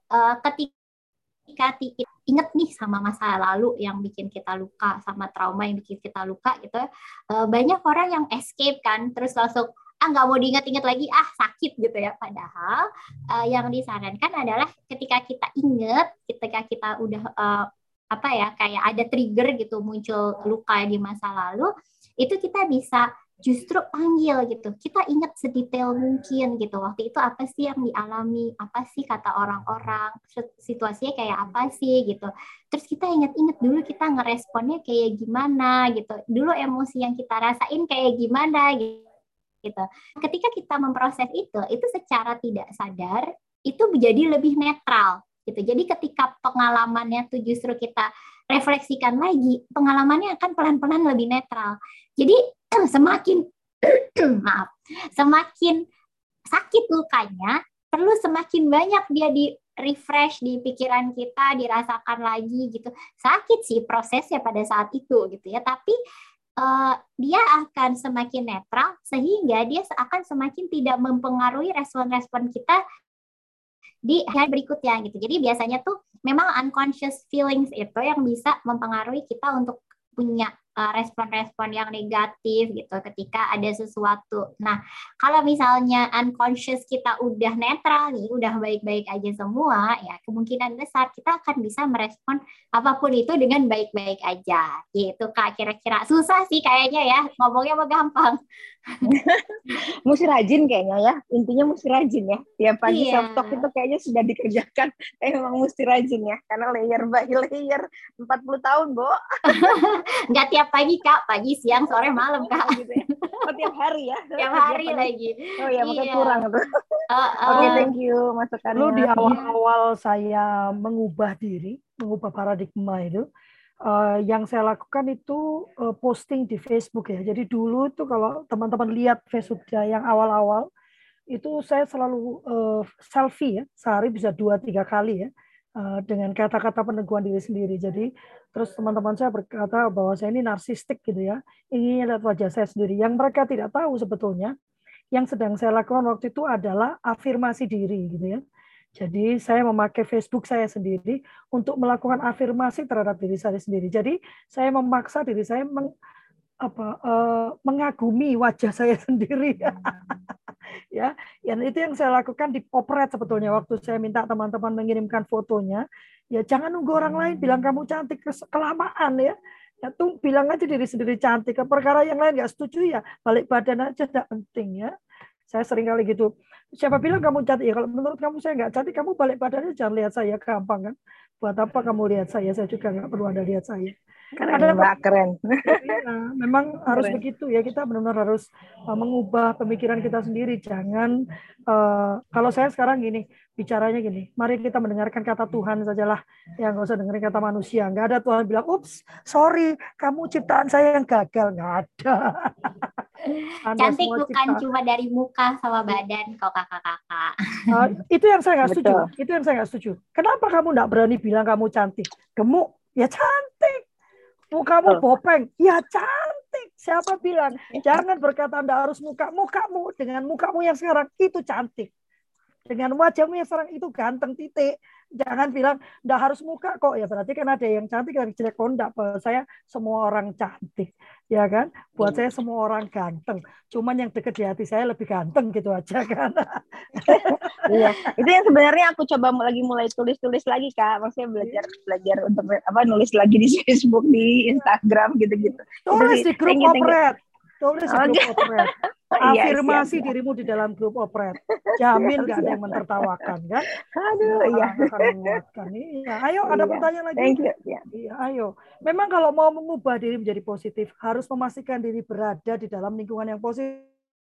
ketika inget nih sama masa lalu yang bikin kita luka, sama trauma yang bikin kita luka gitu, banyak orang yang escape kan, terus langsung nggak mau diingat-ingat lagi, sakit gitu ya. Padahal yang disarankan adalah ketika kita inget, ketika kita udah kayak ada trigger gitu, muncul luka di masa lalu, itu kita bisa justru panggil gitu, kita ingat sedetail mungkin gitu, waktu itu apa sih yang dialami, apa sih kata orang-orang, situasinya kayak apa sih gitu, terus kita ingat-ingat dulu kita ngeresponnya kayak gimana gitu, dulu emosi yang kita rasain kayak gimana gitu. Ketika kita memproses itu secara tidak sadar itu menjadi lebih netral gitu. Jadi ketika pengalamannya tuh justru kita refleksikan lagi, pengalamannya akan pelan-pelan lebih netral. Jadi semakin semakin sakit lukanya, perlu semakin banyak dia di refresh di pikiran kita, dirasakan lagi gitu. Sakit sih prosesnya pada saat itu gitu ya, tapi dia akan semakin netral sehingga dia akan semakin tidak mempengaruhi respon-respon kita di hari berikutnya gitu. Jadi biasanya tuh memang unconscious feelings itu yang bisa mempengaruhi kita untuk punya respon-respon yang negatif gitu ketika ada sesuatu. Nah, kalau misalnya unconscious kita udah netral nih, udah baik-baik aja semua, ya kemungkinan besar kita akan bisa merespon apapun itu dengan baik-baik aja. Gitu Kak, kira-kira. Susah sih kayaknya ya, ngomongnya mah gampang. Mesti rajin kayaknya ya, intinya mesti rajin ya. Tiap pagi Iya. self talk itu kayaknya sudah dikerjakan, memang mesti rajin ya, karena layer by layer 40 tahun, Bo. Nggak tiap pagi Kak, pagi, siang, sore, malam Kak. Gitu ya. Oh, tiap hari ya. Tiap hari lagi. Oh ya, makanya Iya. kurang tuh. Oke, thank you masukannya. Dulu di awal-awal saya mengubah diri, mengubah paradigma itu, yang saya lakukan itu posting di Facebook ya. Jadi dulu itu kalau teman-teman lihat Facebook yang awal-awal, itu saya selalu selfie ya, sehari bisa 2-3 kali ya, dengan kata-kata peneguhan diri sendiri. Jadi terus teman-teman saya berkata bahwa saya ini narsistik gitu ya, ingin lihat wajah saya sendiri. Yang mereka tidak tahu sebetulnya, yang sedang saya lakukan waktu itu adalah afirmasi diri gitu ya. Jadi saya memakai Facebook saya sendiri untuk melakukan afirmasi terhadap diri saya sendiri. Jadi saya memaksa diri saya mengagumi wajah saya sendiri. Ya, yang itu yang saya lakukan di popret sebetulnya waktu saya minta teman-teman mengirimkan fotonya. Ya jangan nunggu orang lain bilang kamu cantik kelamaan ya. Ya tuh bilang aja diri sendiri cantik. Perkara yang lain nggak setuju ya balik badan aja tidak penting ya. Saya sering kali gitu. Siapa bilang kamu cantik? Ya kalau menurut kamu saya nggak cantik, kamu balik badannya jangan lihat saya, gampang kan? Buat apa kamu lihat saya? Saya juga nggak perlu Anda lihat saya. Keren, Ada Mbak, keren. Iya, memang harus Keren. begitu ya. Kita benar-benar harus mengubah pemikiran kita sendiri. Jangan kalau saya sekarang gini, bicaranya gini. Mari kita mendengarkan kata Tuhan sajalah. Ya nggak usah dengerin kata manusia. Nggak ada Tuhan bilang, ups, sorry, kamu ciptaan saya yang gagal. Nggak ada. Anda Cantik semua bukan ciptaan. cuma dari muka sama badan kok kakak-kakak. Itu yang saya nggak setuju. Betul. Itu yang saya nggak setuju. Kenapa kamu nggak berani bilang kamu cantik? Gemuk, ya cantik. Mukamu bopeng, ya cantik. Siapa bilang? Jangan berkata Anda harus mukamu dengan mukamu yang sekarang itu cantik. Dengan wajahmu yang sekarang itu ganteng, titik. Jangan bilang enggak harus muka kok. Ya berarti kan ada yang cantik dan jelek. Kok enggak? Buat saya semua orang cantik. Ya kan? Buat saya semua orang ganteng. Cuman yang deket di hati saya lebih ganteng gitu aja kan. Iya, itu yang sebenarnya aku coba mulai tulis-tulis lagi, Kak. Maksudnya belajar untuk nulis lagi di Facebook, di Instagram gitu-gitu. Tulis di grup operet. Tulis di grup operet. Afirmasi siap. dirimu di dalam grup operet. Jamin nggak ada yang mentertawakan kan? Aduh, iya. Akan menguatkan. Iya. Ayo, ada pertanyaan lagi? Thank you. Ya. Iya, ayo. Memang kalau mau mengubah diri menjadi positif, harus memastikan diri berada di dalam lingkungan yang positif.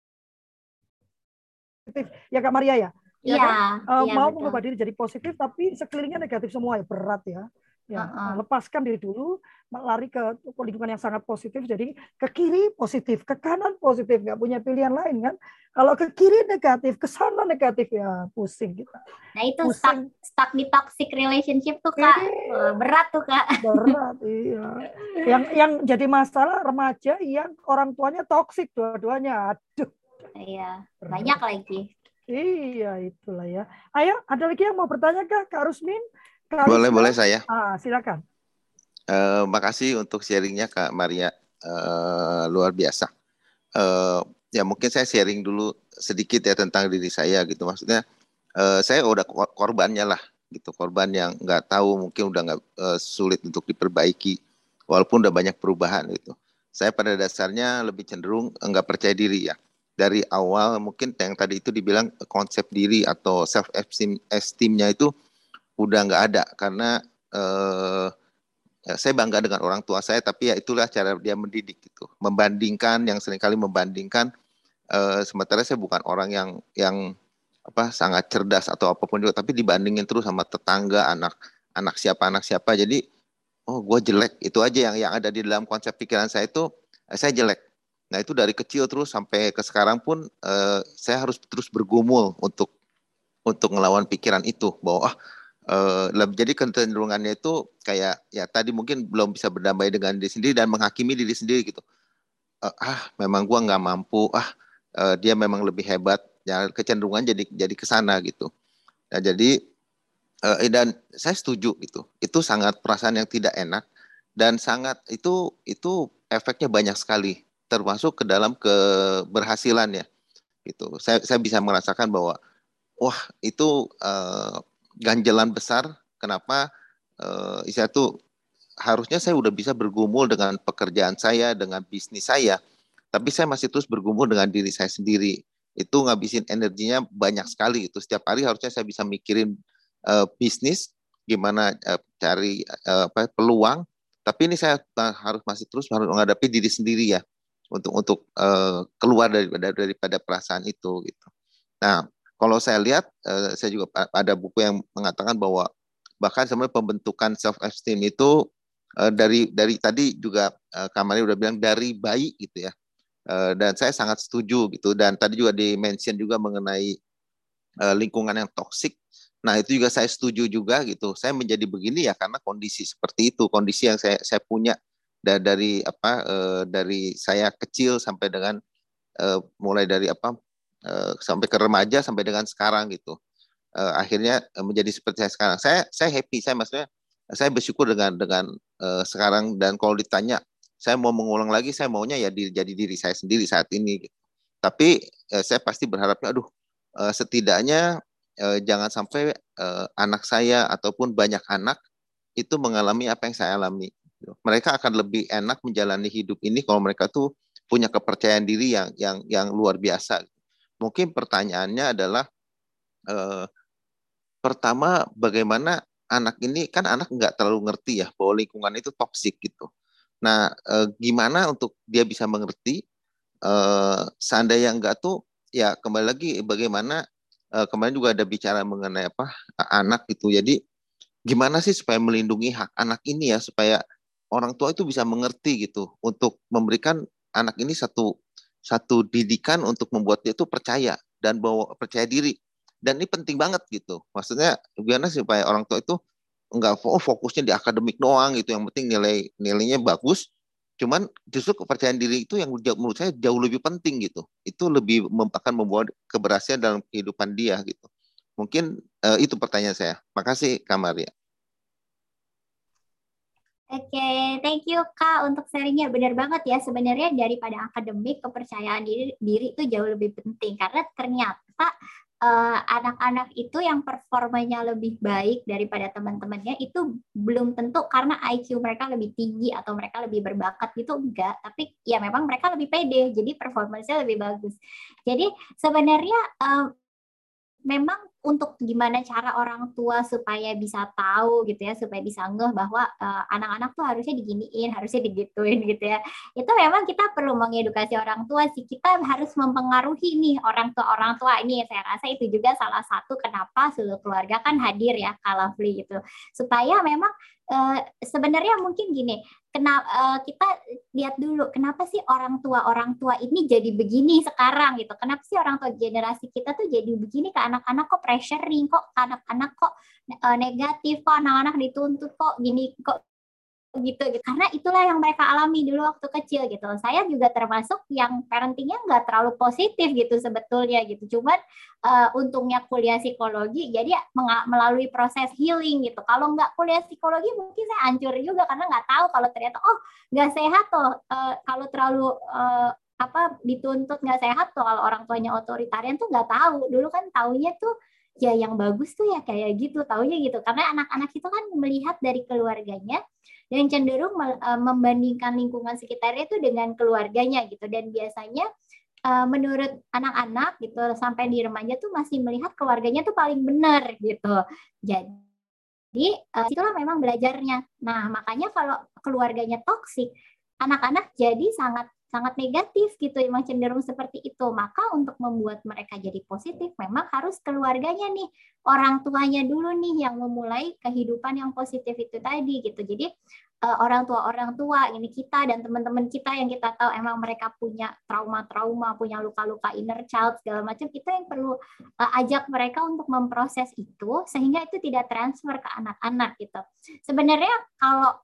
Ya Kak Maria ya? Iya. Mau betul. mengubah diri jadi positif, tapi sekelilingnya negatif semua ya, berat ya. Ya, lepaskan diri dulu, lari ke lingkungan yang sangat positif. Jadi ke kiri positif, ke kanan positif, nggak punya pilihan lain kan. Kalau ke kiri negatif, ke sana negatif, ya pusing kita. Nah itu stuck di toxic relationship tuh Kak, berat tuh Kak. Berat, iya. Yang jadi masalah remaja yang orang tuanya toksik dua-duanya, aduh. Iya, banyak lagi. Iya, itulah ya. Ayo, ada lagi yang mau bertanya Kak Rusmin? Boleh saya. Silakan. Makasih untuk sharingnya Kak Maria, luar biasa. Ya mungkin saya sharing dulu sedikit ya tentang diri saya gitu. Maksudnya saya udah korbannya lah gitu, korban yang nggak tahu, mungkin udah nggak sulit untuk diperbaiki walaupun udah banyak perubahan gitu. Saya pada dasarnya lebih cenderung nggak percaya diri ya. Dari awal mungkin yang tadi itu dibilang konsep diri atau self esteem-nya itu udah nggak ada karena saya bangga dengan orang tua saya, tapi ya itulah cara dia mendidik gitu, membandingkan, yang seringkali membandingkan. Sementara saya bukan orang yang sangat cerdas atau apapun juga, tapi dibandingin terus sama tetangga, anak siapa, jadi gue jelek, itu aja yang ada di dalam konsep pikiran saya itu, saya jelek. Nah itu dari kecil terus sampai ke sekarang pun saya harus terus bergumul untuk ngelawan pikiran itu bahwa jadi kecenderungannya itu kayak ya tadi mungkin belum bisa berdamai dengan diri sendiri dan menghakimi diri sendiri gitu. Memang gua nggak mampu, dia memang lebih hebat. Ya kecenderungan jadi kesana gitu. Nah, jadi dan saya setuju gitu. Itu sangat perasaan yang tidak enak dan sangat itu efeknya banyak sekali, termasuk ke dalam keberhasilan ya. Gitu. Saya bisa merasakan bahwa wah itu ganjalan besar. Kenapa saya tuh harusnya saya udah bisa bergumul dengan pekerjaan saya, dengan bisnis saya, tapi saya masih terus bergumul dengan diri saya sendiri. Itu ngabisin energinya banyak sekali. Itu setiap hari harusnya saya bisa mikirin bisnis, gimana cari peluang. Tapi ini saya masih terus menghadapi diri sendiri ya, untuk keluar daripada perasaan itu gitu. Nah, kalau saya lihat, saya juga ada buku yang mengatakan bahwa bahkan sebenarnya pembentukan self esteem itu dari tadi juga Kak Mari udah bilang dari bayi gitu ya. Dan saya sangat setuju gitu. Dan tadi juga di-mention juga mengenai lingkungan yang toksik. Nah itu juga saya setuju juga gitu. Saya menjadi begini ya karena kondisi seperti itu, kondisi yang saya punya dari dari saya kecil sampai dengan mulai dari sampai ke remaja sampai dengan sekarang gitu. Akhirnya menjadi seperti saya sekarang. Saya happy, maksudnya saya bersyukur dengan sekarang, dan kalau ditanya saya mau mengulang lagi, saya maunya ya jadi diri saya sendiri saat ini gitu. Tapi saya pasti berharapnya setidaknya jangan sampai anak saya ataupun banyak anak itu mengalami apa yang saya alami. Mereka akan lebih enak menjalani hidup ini kalau mereka tuh punya kepercayaan diri yang luar biasa. Mungkin pertanyaannya adalah pertama, bagaimana anak ini, kan anak nggak terlalu ngerti ya bahwa lingkungan itu toksik gitu. Nah, gimana untuk dia bisa mengerti? Seandainya enggak tuh, ya kembali lagi bagaimana kemarin juga ada bicara mengenai apa anak gitu. Jadi gimana sih supaya melindungi hak anak ini ya, supaya orang tua itu bisa mengerti gitu, untuk memberikan anak ini satu didikan untuk membuat dia itu percaya dan bawa percaya diri. Dan ini penting banget gitu. Maksudnya gimana sih supaya orang tua itu enggak fokusnya di akademik doang gitu, yang penting nilainya bagus. Cuman justru kepercayaan diri itu yang menurut saya jauh lebih penting gitu. Itu lebih akan membawa keberhasilan dalam kehidupan dia gitu. Mungkin itu pertanyaan saya. Makasih Kak Maria. Oke, thank you Kak untuk sharingnya. Benar banget ya, sebenarnya daripada akademik, kepercayaan diri itu jauh lebih penting. Karena ternyata anak-anak itu yang performanya lebih baik daripada teman-temannya itu belum tentu karena IQ mereka lebih tinggi atau mereka lebih berbakat gitu, enggak. Tapi ya memang mereka lebih pede, jadi performanya lebih bagus. Jadi sebenarnya memang untuk gimana cara orang tua supaya bisa tahu gitu ya, supaya bisa ngeh bahwa anak-anak tuh harusnya diginiin, harusnya digituin gitu ya. Itu memang kita perlu mengedukasi orang tua sih. Kita harus mempengaruhi nih orang tua ini. Saya rasa itu juga salah satu kenapa seluruh keluarga kan hadir ya, Kak Lovely gitu. Supaya memang sebenarnya mungkin gini, kita lihat dulu kenapa sih orang tua ini jadi begini sekarang gitu. Kenapa sih orang tua generasi kita tuh jadi begini ke anak-anak, kok pressuring, kok anak-anak kok negatif, kok anak-anak dituntut kok gini, kok gitu. Karena itulah yang mereka alami dulu waktu kecil gitu. Saya juga termasuk yang parentingnya nggak terlalu positif gitu sebetulnya gitu. Cuman untungnya kuliah psikologi, jadi melalui proses healing gitu. Kalau nggak kuliah psikologi mungkin saya hancur juga karena nggak tahu kalau ternyata nggak sehat tuh kalau terlalu dituntut, nggak sehat tuh kalau orang tuanya otoritarian tuh nggak tahu. Dulu kan taunya tuh ya yang bagus tuh ya kayak gitu, taunya gitu. Karena anak-anak itu kan melihat dari keluarganya dan cenderung membandingkan lingkungan sekitarnya itu dengan keluarganya gitu. Dan biasanya menurut anak-anak gitu sampai di remaja tuh masih melihat keluarganya tuh paling benar gitu. Jadi itulah memang belajarnya. Nah, makanya kalau keluarganya toksik, anak-anak jadi sangat sangat negatif gitu, emang cenderung seperti itu. Maka untuk membuat mereka jadi positif, memang harus keluarganya nih, orang tuanya dulu nih yang memulai kehidupan yang positif itu tadi gitu. Jadi orang tua ini kita dan teman-teman kita yang kita tahu emang mereka punya trauma-trauma, punya luka-luka inner child segala macam, itu yang perlu ajak mereka untuk memproses itu sehingga itu tidak transfer ke anak-anak gitu. Sebenarnya kalau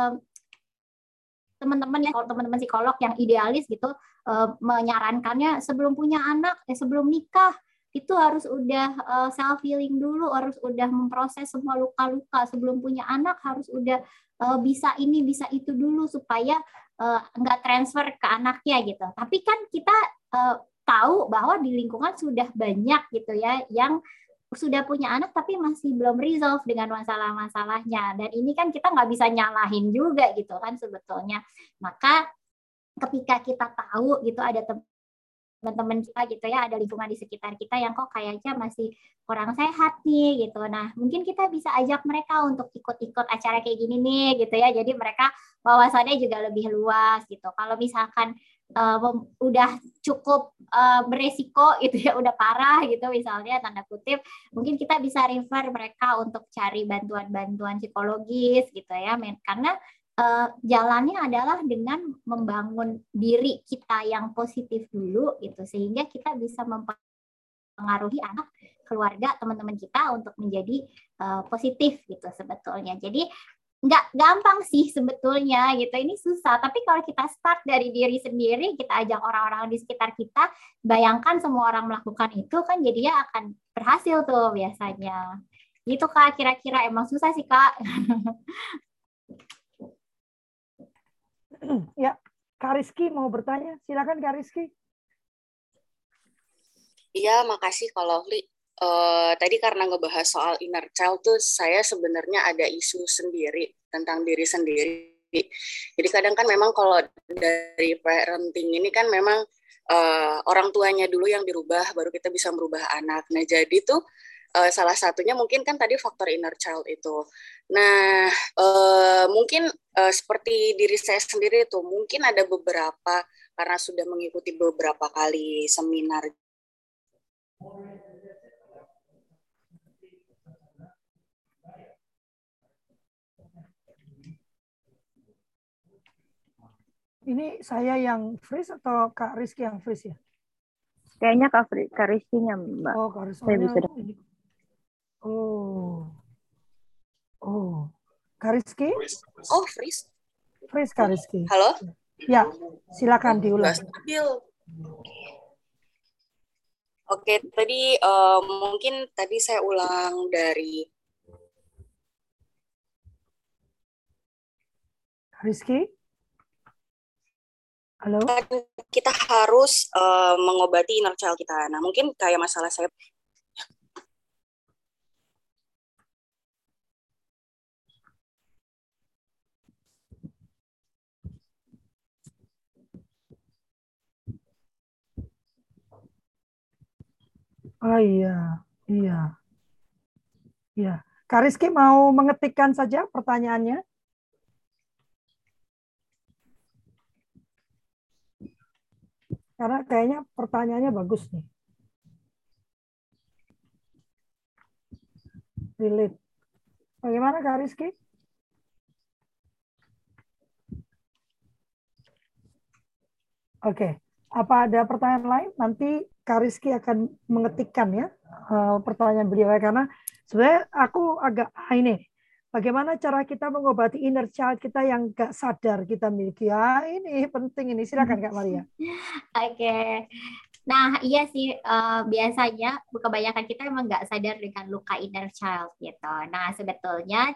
kalau teman-teman psikolog yang idealis gitu menyarankannya sebelum punya anak, sebelum nikah itu harus udah self healing dulu, harus udah memproses semua luka-luka. Sebelum punya anak harus udah bisa ini bisa itu dulu supaya nggak transfer ke anaknya gitu. Tapi kan kita tahu bahwa di lingkungan sudah banyak gitu ya yang sudah punya anak tapi masih belum resolve dengan masalah-masalahnya. Dan ini kan kita nggak bisa nyalahin juga gitu kan sebetulnya. Maka ketika kita tahu gitu ada teman-teman kita gitu ya, ada lingkungan di sekitar kita yang kok kayaknya masih kurang sehat nih gitu. Nah, mungkin kita bisa ajak mereka untuk ikut-ikut acara kayak gini nih gitu ya. Jadi mereka wawasannya juga lebih luas gitu. Kalau misalkan udah cukup beresiko gitu ya, udah parah gitu misalnya tanda kutip, mungkin kita bisa refer mereka untuk cari bantuan-bantuan psikologis gitu ya, karena jalannya adalah dengan membangun diri kita yang positif dulu gitu, sehingga kita bisa mempengaruhi anak, keluarga, teman-teman kita untuk menjadi positif gitu sebetulnya. Jadi nggak gampang sih sebetulnya gitu, ini susah, tapi kalau kita start dari diri sendiri, kita ajak orang-orang di sekitar kita, bayangkan semua orang melakukan itu kan jadinya akan berhasil tuh biasanya gitu Kak. Kira-kira emang susah sih Kak. Ya, Kak Rizky mau bertanya, silakan Kak Rizky. Iya, makasih Kak Lovely. Tadi karena ngebahas soal inner child tuh, saya sebenarnya ada isu sendiri tentang diri sendiri. Jadi kadang kan memang kalau dari parenting ini kan memang orang tuanya dulu yang dirubah, baru kita bisa merubah anak. Nah jadi tuh salah satunya mungkin kan tadi faktor inner child itu. Nah, mungkin seperti diri saya sendiri itu, mungkin ada beberapa, karena sudah mengikuti beberapa kali seminar. Ini saya yang freeze atau Kak Rizky yang freeze ya? Kayaknya Kak Rizky-nya, Mbak. Oh, Kak Saya bisa Rizky. Oh. Kak Rizky? Oh, freeze. Freeze Kak Rizky. Halo? Ya, silakan diulang. Nggak stabil. Oke, tadi mungkin tadi saya ulang dari Rizky? Halo? kita harus mengobati inner child kita. Nah, mungkin kayak masalah saya. Oh iya. Kak Rizky mau mengetikkan saja pertanyaannya? Karena kayaknya pertanyaannya bagus nih. Relate. Bagaimana Kak Rizky? Oke. Apa ada pertanyaan lain? Nanti Kak Rizky akan mengetikkan ya pertanyaan beliau. Karena sebenarnya aku agak ini. Bagaimana cara kita mengobati inner child kita yang gak sadar kita miliki? Ya ini penting ini. Silakan Kak Maria. Oke. Nah, iya sih, biasanya kebanyakan kita emang nggak sadar dengan luka inner child gitu. Nah, sebetulnya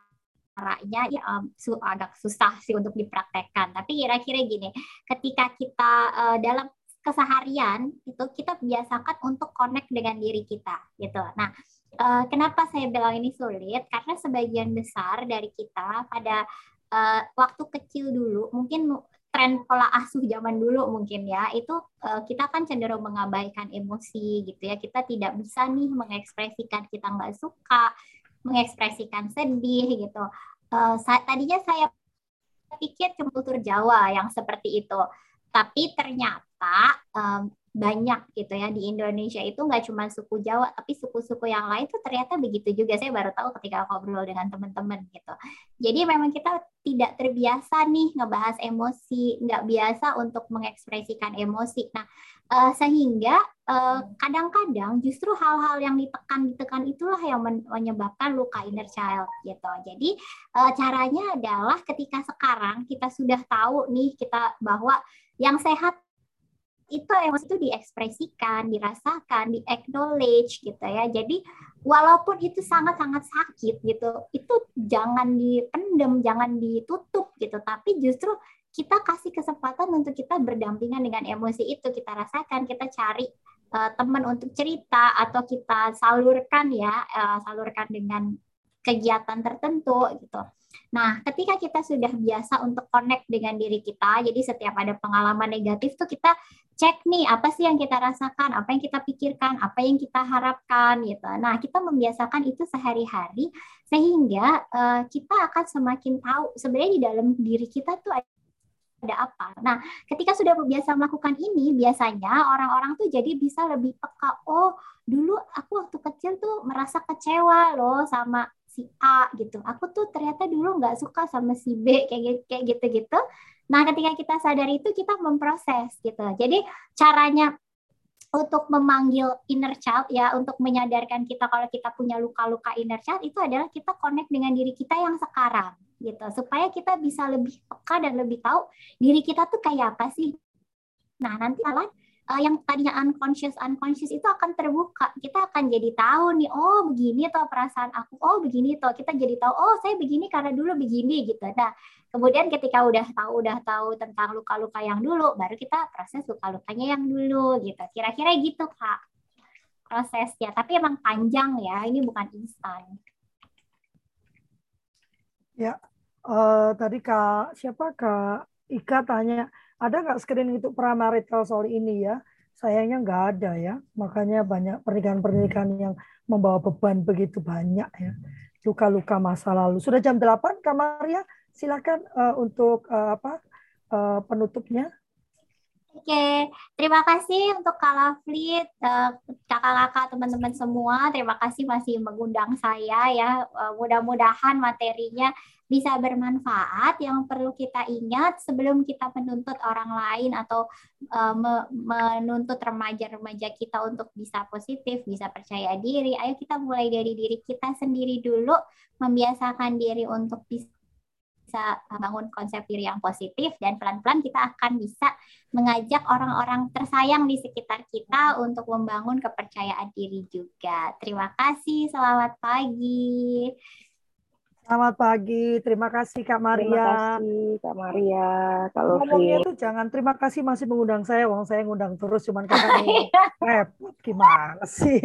caranya ya agak susah sih untuk dipraktekkan. Tapi kira-kira gini, ketika kita dalam keseharian itu kita biasakan untuk connect dengan diri kita gitu. Nah, kenapa saya bilang ini sulit? Karena sebagian besar dari kita pada waktu kecil dulu mungkin tren pola asuh zaman dulu mungkin ya itu kita kan cenderung mengabaikan emosi gitu ya, kita tidak bisa nih mengekspresikan kita nggak suka, mengekspresikan sedih gitu. Tadinya saya pikir cuma kultur Jawa yang seperti itu, tapi ternyata banyak gitu ya di Indonesia itu nggak cuma suku Jawa tapi suku-suku yang lain tuh ternyata begitu juga. Saya baru tahu ketika ngobrol dengan teman-teman gitu. Jadi memang kita tidak terbiasa nih ngebahas emosi, nggak biasa untuk mengekspresikan emosi. Nah, sehingga kadang-kadang justru hal-hal yang ditekan itulah yang menyebabkan luka inner child gitu. Jadi caranya adalah ketika sekarang kita sudah tahu nih kita bahwa yang sehat itu emosi itu diekspresikan, dirasakan, di-acknowledge gitu ya. Jadi walaupun itu sangat-sangat sakit gitu, itu jangan dipendem, jangan ditutup gitu, tapi justru kita kasih kesempatan untuk kita berdampingan dengan emosi itu, kita rasakan, kita cari teman untuk cerita atau kita salurkan ya, salurkan dengan kegiatan tertentu gitu. Nah, ketika kita sudah biasa untuk connect dengan diri kita, jadi setiap ada pengalaman negatif tuh kita cek nih apa sih yang kita rasakan, apa yang kita pikirkan, apa yang kita harapkan gitu. Nah, kita membiasakan itu sehari-hari sehingga kita akan semakin tahu sebenarnya di dalam diri kita tuh ada apa. Nah, ketika sudah biasa melakukan ini, biasanya orang-orang tuh jadi bisa lebih peka. Oh, dulu aku waktu kecil tuh merasa kecewa loh sama si A gitu. Aku tuh ternyata dulu nggak suka sama si B kayak gitu-gitu. Nah, ketika kita sadar itu kita memproses gitu. Jadi caranya untuk memanggil inner child ya, untuk menyadarkan kita kalau kita punya luka-luka inner child itu adalah kita connect dengan diri kita yang sekarang gitu, supaya kita bisa lebih peka dan lebih tahu diri kita tuh kayak apa sih. Nah, nanti kalian yang tadinya unconscious itu akan terbuka. Kita akan jadi tahu nih, oh begini toh perasaan aku, oh begini toh. Kita jadi tahu, oh saya begini karena dulu begini gitu. Nah, kemudian ketika udah tahu tentang luka-luka yang dulu, baru kita proses luka-lukanya yang dulu gitu. Kira-kira gitu Kak prosesnya. Tapi emang panjang ya, ini bukan instan. Ya, tadi Kak Ika tanya, ada nggak screening untuk pramarital soal ini ya? sayangnya nggak ada ya. Makanya banyak pernikahan-pernikahan yang membawa beban begitu banyak ya. Luka-luka masa lalu. Sudah jam 8, Kak Maria, silakan untuk penutupnya. Oke, terima kasih untuk Kak Lovely, kakak-kakak, teman-teman semua. Terima kasih masih mengundang saya ya. Mudah-mudahan materinya bisa bermanfaat. Yang perlu kita ingat sebelum kita menuntut orang lain atau menuntut remaja-remaja kita untuk bisa positif, bisa percaya diri. Ayo kita mulai dari diri kita sendiri dulu, membiasakan diri untuk bisa bangun konsep diri yang positif, dan pelan-pelan kita akan bisa mengajak orang-orang tersayang di sekitar kita untuk membangun kepercayaan diri juga. Terima kasih, selamat pagi. Selamat pagi, terima kasih Kak Maria. Terima kasih Kak Maria. Kalau ngomongnya itu jangan terima kasih masih mengundang saya, wong saya ngundang terus, cuman kakak nih repot gimana sih?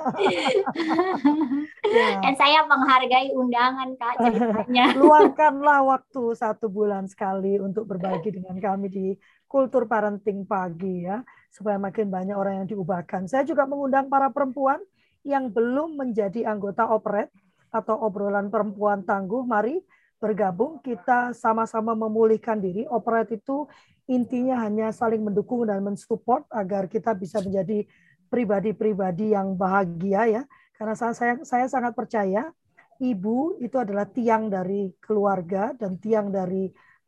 Ya. Dan saya menghargai undangan Kak ceritanya. Luangkanlah waktu 1 bulan sekali untuk berbagi dengan kami di Kultur Parenting Pagi ya, supaya makin banyak orang yang diubahkan. Saya juga mengundang para perempuan yang belum menjadi anggota Operet atau obrolan perempuan tangguh. Mari bergabung, kita sama-sama memulihkan diri. Operet itu intinya hanya saling mendukung dan mensupport agar kita bisa menjadi pribadi-pribadi yang bahagia ya. Karena saya sangat percaya ibu itu adalah tiang dari keluarga dan tiang dari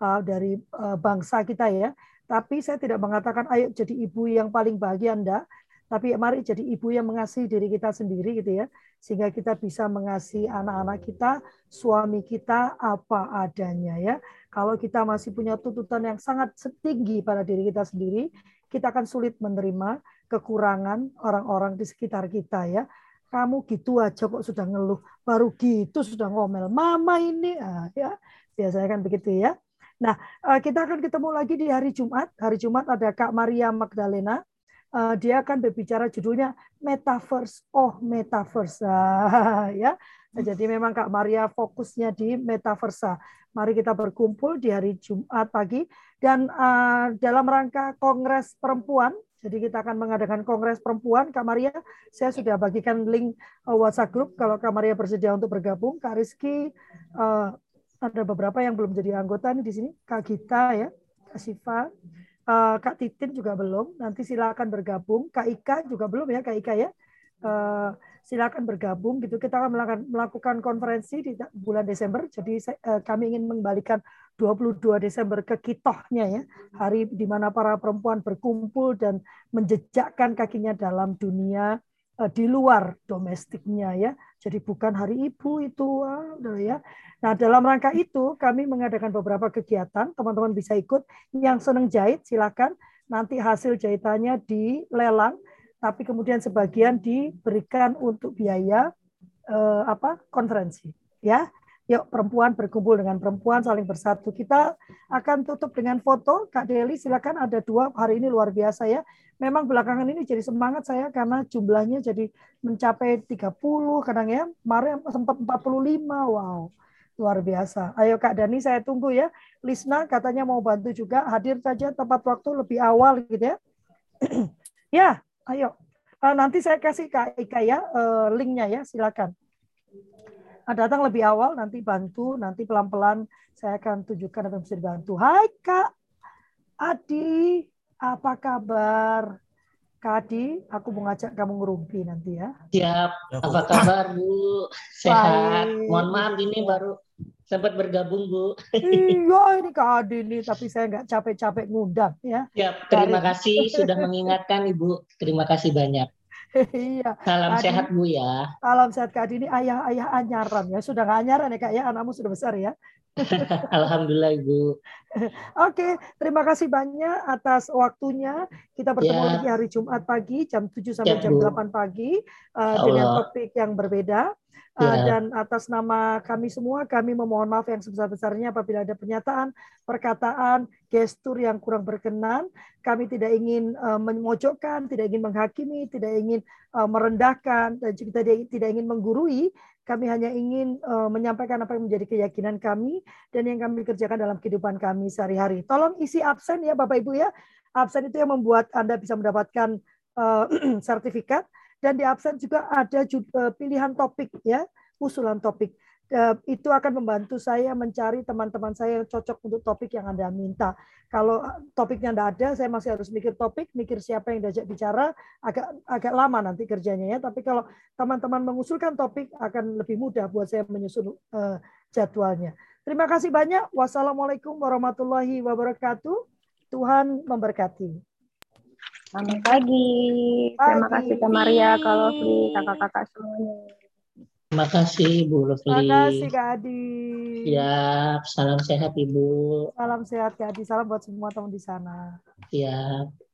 bangsa kita ya. Tapi saya tidak mengatakan ayo jadi ibu yang paling bahagia, enggak. Tapi mari jadi ibu yang mengasihi diri kita sendiri gitu ya. Sehingga kita bisa mengasihi anak-anak kita, suami kita apa adanya ya. Kalau kita masih punya tuntutan yang sangat tinggi pada diri kita sendiri, kita akan sulit menerima kekurangan orang-orang di sekitar kita ya. Kamu gitu aja kok sudah ngeluh, baru gitu sudah ngomel, mama ini ya. Biasanya kan begitu ya. Nah, kita akan ketemu lagi di hari Jumat. Hari Jumat ada Kak Maria Magdalena. Dia akan berbicara judulnya Metaverse. Oh, Metaverse. Ya. Jadi memang Kak Maria fokusnya di Metaverse. Mari kita berkumpul di hari Jumat pagi. Dan dalam rangka Kongres Perempuan, jadi kita akan mengadakan Kongres Perempuan. Kak Maria, saya sudah bagikan link WhatsApp group kalau Kak Maria bersedia untuk bergabung. Kak Rizky, ada beberapa yang belum jadi anggota nih di sini. Kak Gita ya, Kak Siva, Kak Titin juga belum. Nanti silakan bergabung. Kak Ika juga belum ya, Kak Ika ya. Silakan bergabung gitu. Kita akan melakukan konferensi di bulan Desember. Jadi kami ingin mengembalikan 22 Desember ke kitohnya ya. Hari di mana para perempuan berkumpul dan menjejakkan kakinya dalam dunia di luar domestiknya ya. Jadi bukan hari ibu itu ya. Nah, dalam rangka itu kami mengadakan beberapa kegiatan, teman-teman bisa ikut. Yang senang jahit silakan, nanti hasil jahitannya dilelang, tapi kemudian sebagian diberikan untuk biaya konferensi ya. Yuk perempuan berkumpul dengan perempuan, saling bersatu. Kita akan tutup dengan foto. Kak Deli silakan, ada 2 hari ini luar biasa ya. Memang belakangan ini jadi semangat saya karena jumlahnya jadi mencapai 30 kadang ya. Kemarin sempat 45. Wow. Luar biasa. Ayo Kak Dani, saya tunggu ya. Lisna katanya mau bantu juga, hadir saja tepat waktu lebih awal gitu ya. Ya, ayo. Nanti saya kasih Kak Ika ya linknya ya, silakan. Datang lebih awal, nanti bantu, nanti pelan-pelan saya akan tunjukkan apa yang bisa dibantu. Hai Kak Adi, apa kabar? Kak Adi, aku mau ngajak kamu ngerumpi nanti ya. Siap, apa kabar Bu? Sehat. Mohon maaf ini baru sempat bergabung Bu. Iya ini Kak Adi nih, tapi saya nggak capek-capek ngundang ya. Siap, terima kasih sudah mengingatkan Ibu. Terima kasih banyak. Iya. Salam Kak Adi, sehat Bu ya. salam sehat Kak Adi, ini ayah-ayah anyaran ya. Sudah nggak anyaran ya Kak ya, anakmu sudah besar ya. Alhamdulillah Ibu. Oke, terima kasih banyak atas waktunya. Kita bertemu lagi hari Jumat pagi jam 7 sampai jam 8 pagi dengan topik yang berbeda. Dan atas nama kami semua, kami memohon maaf yang sebesar-besarnya apabila ada pernyataan, perkataan, gestur yang kurang berkenan. Kami tidak ingin memojokkan, tidak ingin menghakimi, tidak ingin merendahkan, dan juga tidak ingin menggurui. Kami hanya ingin menyampaikan apa yang menjadi keyakinan kami dan yang kami kerjakan dalam kehidupan kami sehari-hari. Tolong isi absen ya Bapak Ibu ya. Absen itu yang membuat Anda bisa mendapatkan sertifikat, dan di absen juga ada pilihan topik ya, usulan topik. Itu akan membantu saya mencari teman-teman saya yang cocok untuk topik yang Anda minta. Kalau topiknya tidak ada, saya masih harus mikir topik, mikir siapa yang diajak bicara, agak lama nanti kerjanya ya. Tapi kalau teman-teman mengusulkan topik, akan lebih mudah buat saya menyusun jadwalnya. Terima kasih banyak. Wassalamualaikum warahmatullahi wabarakatuh. Tuhan memberkati. Selamat pagi. Terima kasih Kak Maria, Kak Lovely, kakak-kakak semuanya. Terima kasih Bu Lovely. Terima kasih Kak Adi. Siap, salam sehat Ibu. Salam sehat Kak Adi, salam buat semua teman di sana. Siap.